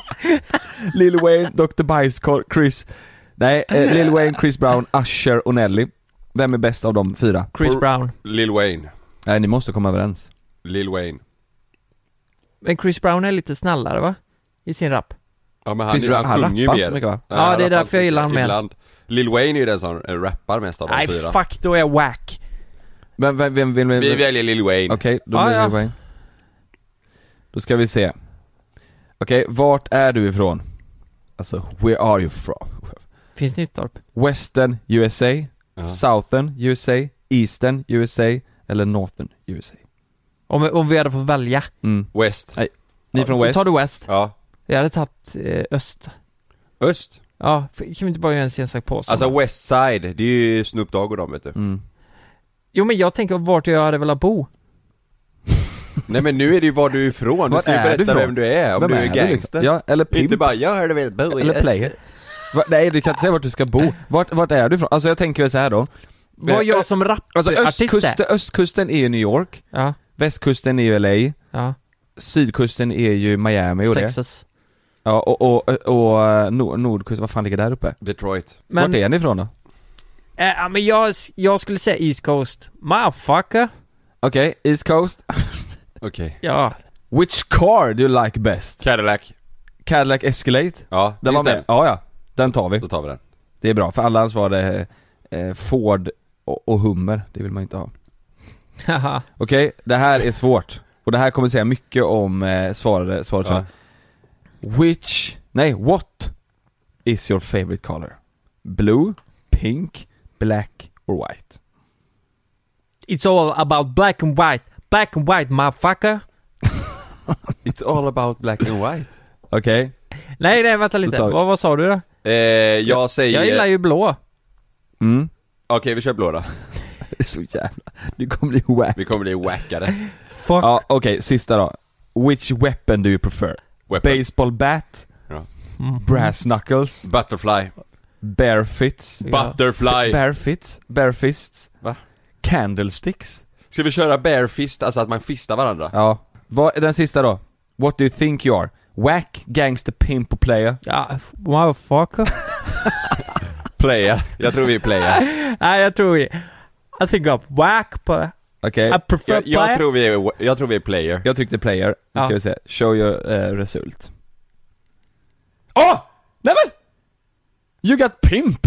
Lil Wayne, doktor Bajskorv, Chris. Nej, eh, Lil Wayne, Chris Brown, Usher och Nelly. Vem är bäst av de fyra? Chris Brown. Lil Wayne. Nej, ni måste komma överens. Lil Wayne. Men Chris Brown är lite snällare, va? I sin rap. Ja, men han, Chris, han, han sjunger ju rappar mer. inte så mycket, va? Ja, det är därför jag gillar han mer. Ibland. Lil Wayne är ju den som rappar mest av de Nej, fyra. fuck, då är jag whack. Vem, vem, vem, vem, vem, Vi väljer Lil Wayne. Okej, okay, då Ah, blir det ja. Lil Wayne. Då ska vi se. Okej, okay, vart är du ifrån? Alltså, where are you from? Finns Nyttorp? Western U S A, Ja. Southern U S A, Eastern U S A eller Northern U S A? Om, om vi hade fått välja. Mm. West. Nej, ni är från Då West? tar du West. Ja. Jag hade tagit eh, Öst. Öst? Ja, för, kan vi inte bara göra en sensak på oss? Alltså West Side, det är ju Snoop Dogg och dem, vet du. Mm. Jo, men jag tänker vart jag hade velat bo. Nej, men nu är det ju var du är ifrån. Du Var ska ju är du berätta ifrån? vem du är. Om Vem du är, är du, gangster. liksom? Ja, eller pimp. Inte bara, jag hörde väl bo i- Eller player. Va, nej, du kan inte säga vart du ska bo. Vart, vart är du ifrån? Alltså jag tänker väl så här då. Var jag som Alltså rapartist östkusten, östkusten är ju New York. Ja. Västkusten är ju L A. Ja. Sydkusten är ju Miami och Texas. det. Ja, och, och, och, och nord, nordkusten, vad fan ligger där uppe? Detroit. Men- Vart är ni ifrån då? Eh, Ja, men jag, jag skulle säga East Coast. Motherfucker. Okej, okay, East Coast. Okej. Ja. Which car do you like best? Cadillac. Cadillac Escalade? Ja, Den var just med. den. Ja, ja. Den tar vi. Då tar vi den. Det är bra, för alla annars var det eh, Ford och, och Hummer. Det vill man inte ha. Haha. Okej, det här är svårt. Och det här kommer säga mycket om eh, svaret. svaret Ja. Which, nej, what is your favorite color? Blue, pink, black or white? It's all about black and white. Black and white, motherfucker. It's all about black and white. Okej. Nej, nej, vänta lite. Då tar vi- Vad, vad sa du då? Eh, jag säger... Jag gillar ju blå. Mm. Okej, vi kör blå då. Det är så jävla... Du kommer bli wack. Vi kommer bli wackade. Fuck. Ja, okej, sista då. Which weapon do you prefer? Weapon. Baseball bat, Ja. Mm. brass knuckles, Butterfly. bare fists, Butterfly. bare fists, bare fists, Va? candlesticks. Ska vi köra bare fist, alltså att man fistar varandra? Ja. Vad är den sista då? What do you think you are? Whack, gangster, pimp och player? Ja, motherfucker. Player. Jag tror vi är player. Nej, jag tror vi... I think I'm whack på... Okej. I prefer Jag, player. jag, tror vi är, jag tror vi är player. Jag tryckte player. Nu ska Ja. vi se. Show your uh, result. Åh! Oh! Nämen! You got pimp!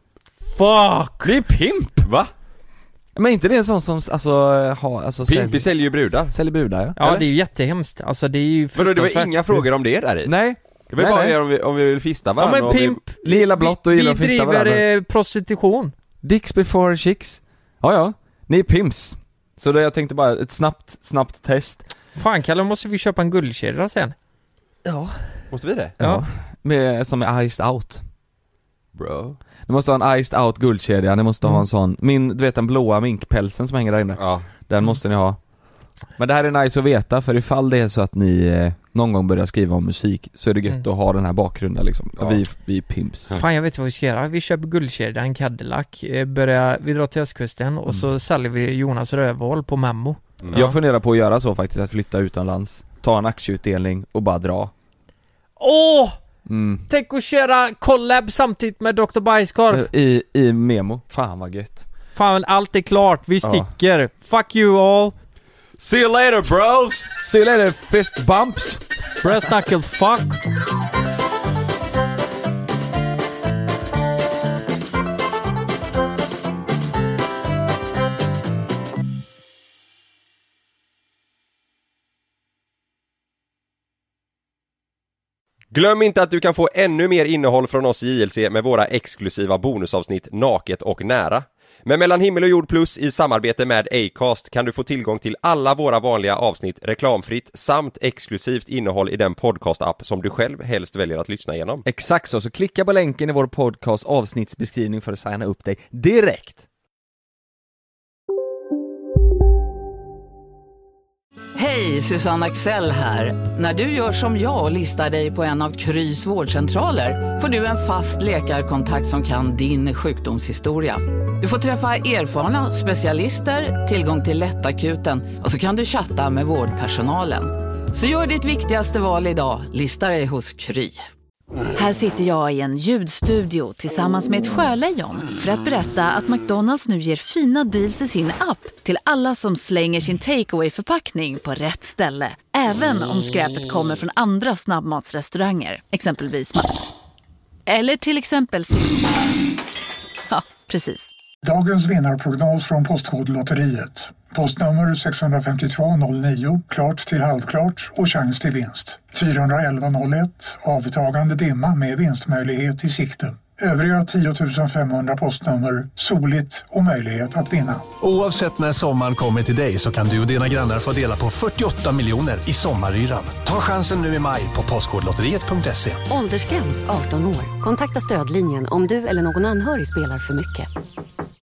Fuck! Det är pimp! Va? Men inte det en sån som alltså har alltså Pimp, vi säljer ju brudar. säljer brudar, ja. Ja, Eller? det är ju jättehemskt. Alltså det är ju Men då, det var fruktansvärt. inga frågor om det där i? Nej. Det var Nej, bara nej. om vi, om vi vill fista Ja, varandra. men och vi- pimp... Lila blått och vi, gillar vi att fista driver varandra. eh, prostitution. Dicks before chicks. Ja, ja. Ni är pimps. Så då jag tänkte bara ett snabbt, snabbt test. Fan, Kalle, måste vi köpa en guldkedja sen? Ja. Måste vi det? Ja. Med, som är iced out. Bro. Du måste ha en iced out guldkedja, ni måste ha en sån. Min, du vet den blåa minkpälsen som hänger där inne. Ja. Den måste ni ha. Men det här är nice att veta, för ifall det är så att ni eh, någon gång börjar skriva om musik, så är det gött Mm. att ha den här bakgrunden liksom. Ja. Vi, vi är pimps. Fan, jag vet vad vi ska göra. Vi köper guldkedja, en Cadillac, eh, börjar, vi drar till östkusten och så säljer vi Jonas rövhål på Memmo. Mm. Jag funderar på att göra så faktiskt, att flytta utomlands, ta en aktieutdelning och bara dra. Åh! Mm. Tänk att köra collab samtidigt med doktor Bajskorv. I, I memo. Fan vad gött. Fan, allt är klart. Vi Ja. sticker. Fuck you all. See you later, bros! See you later, fist bumps! Breast knuckle fuck. Glöm inte att du kan få ännu mer innehåll från oss i J L C med våra exklusiva bonusavsnitt Naket och nära. Med Mellan himmel och jord plus i samarbete med Acast kan du få tillgång till alla våra vanliga avsnitt reklamfritt samt exklusivt innehåll i den podcast-app som du själv helst väljer att lyssna igenom. Exakt så, så klicka på länken i vår podcast avsnittsbeskrivning för att signa upp dig direkt. Hej, Susanne Axel här. När du gör som jag och listar dig på en av Krys vårdcentraler får du en fast läkarkontakt som kan din sjukdomshistoria. Du får träffa erfarna specialister, tillgång till lättakuten och så kan du chatta med vårdpersonalen. Så gör ditt viktigaste val idag, listar dig hos Kry. Här sitter jag i en ljudstudio tillsammans med ett sjölejon för att berätta att McDonalds nu ger fina deals i sin app till alla som slänger sin takeaway-förpackning på rätt ställe. Även om skräpet kommer från andra snabbmatsrestauranger, exempelvis Ma- Eller till exempel... Ja, precis. Dagens vinnarprognos från Postkodlotteriet. Postnummer sex fem två noll nio, klart till halvklart och chans till vinst. fyra ett ett noll ett, avtagande dimma med vinstmöjlighet i sikte. Övriga tio tusen femhundra postnummer, soligt och möjlighet att vinna. Oavsett när sommaren kommer till dig så kan du och dina grannar få dela på fyrtioåtta miljoner i sommaryran. Ta chansen nu i maj på postkodlotteriet punkt se. Åldersgräns arton år. Kontakta stödlinjen om du eller någon anhörig spelar för mycket.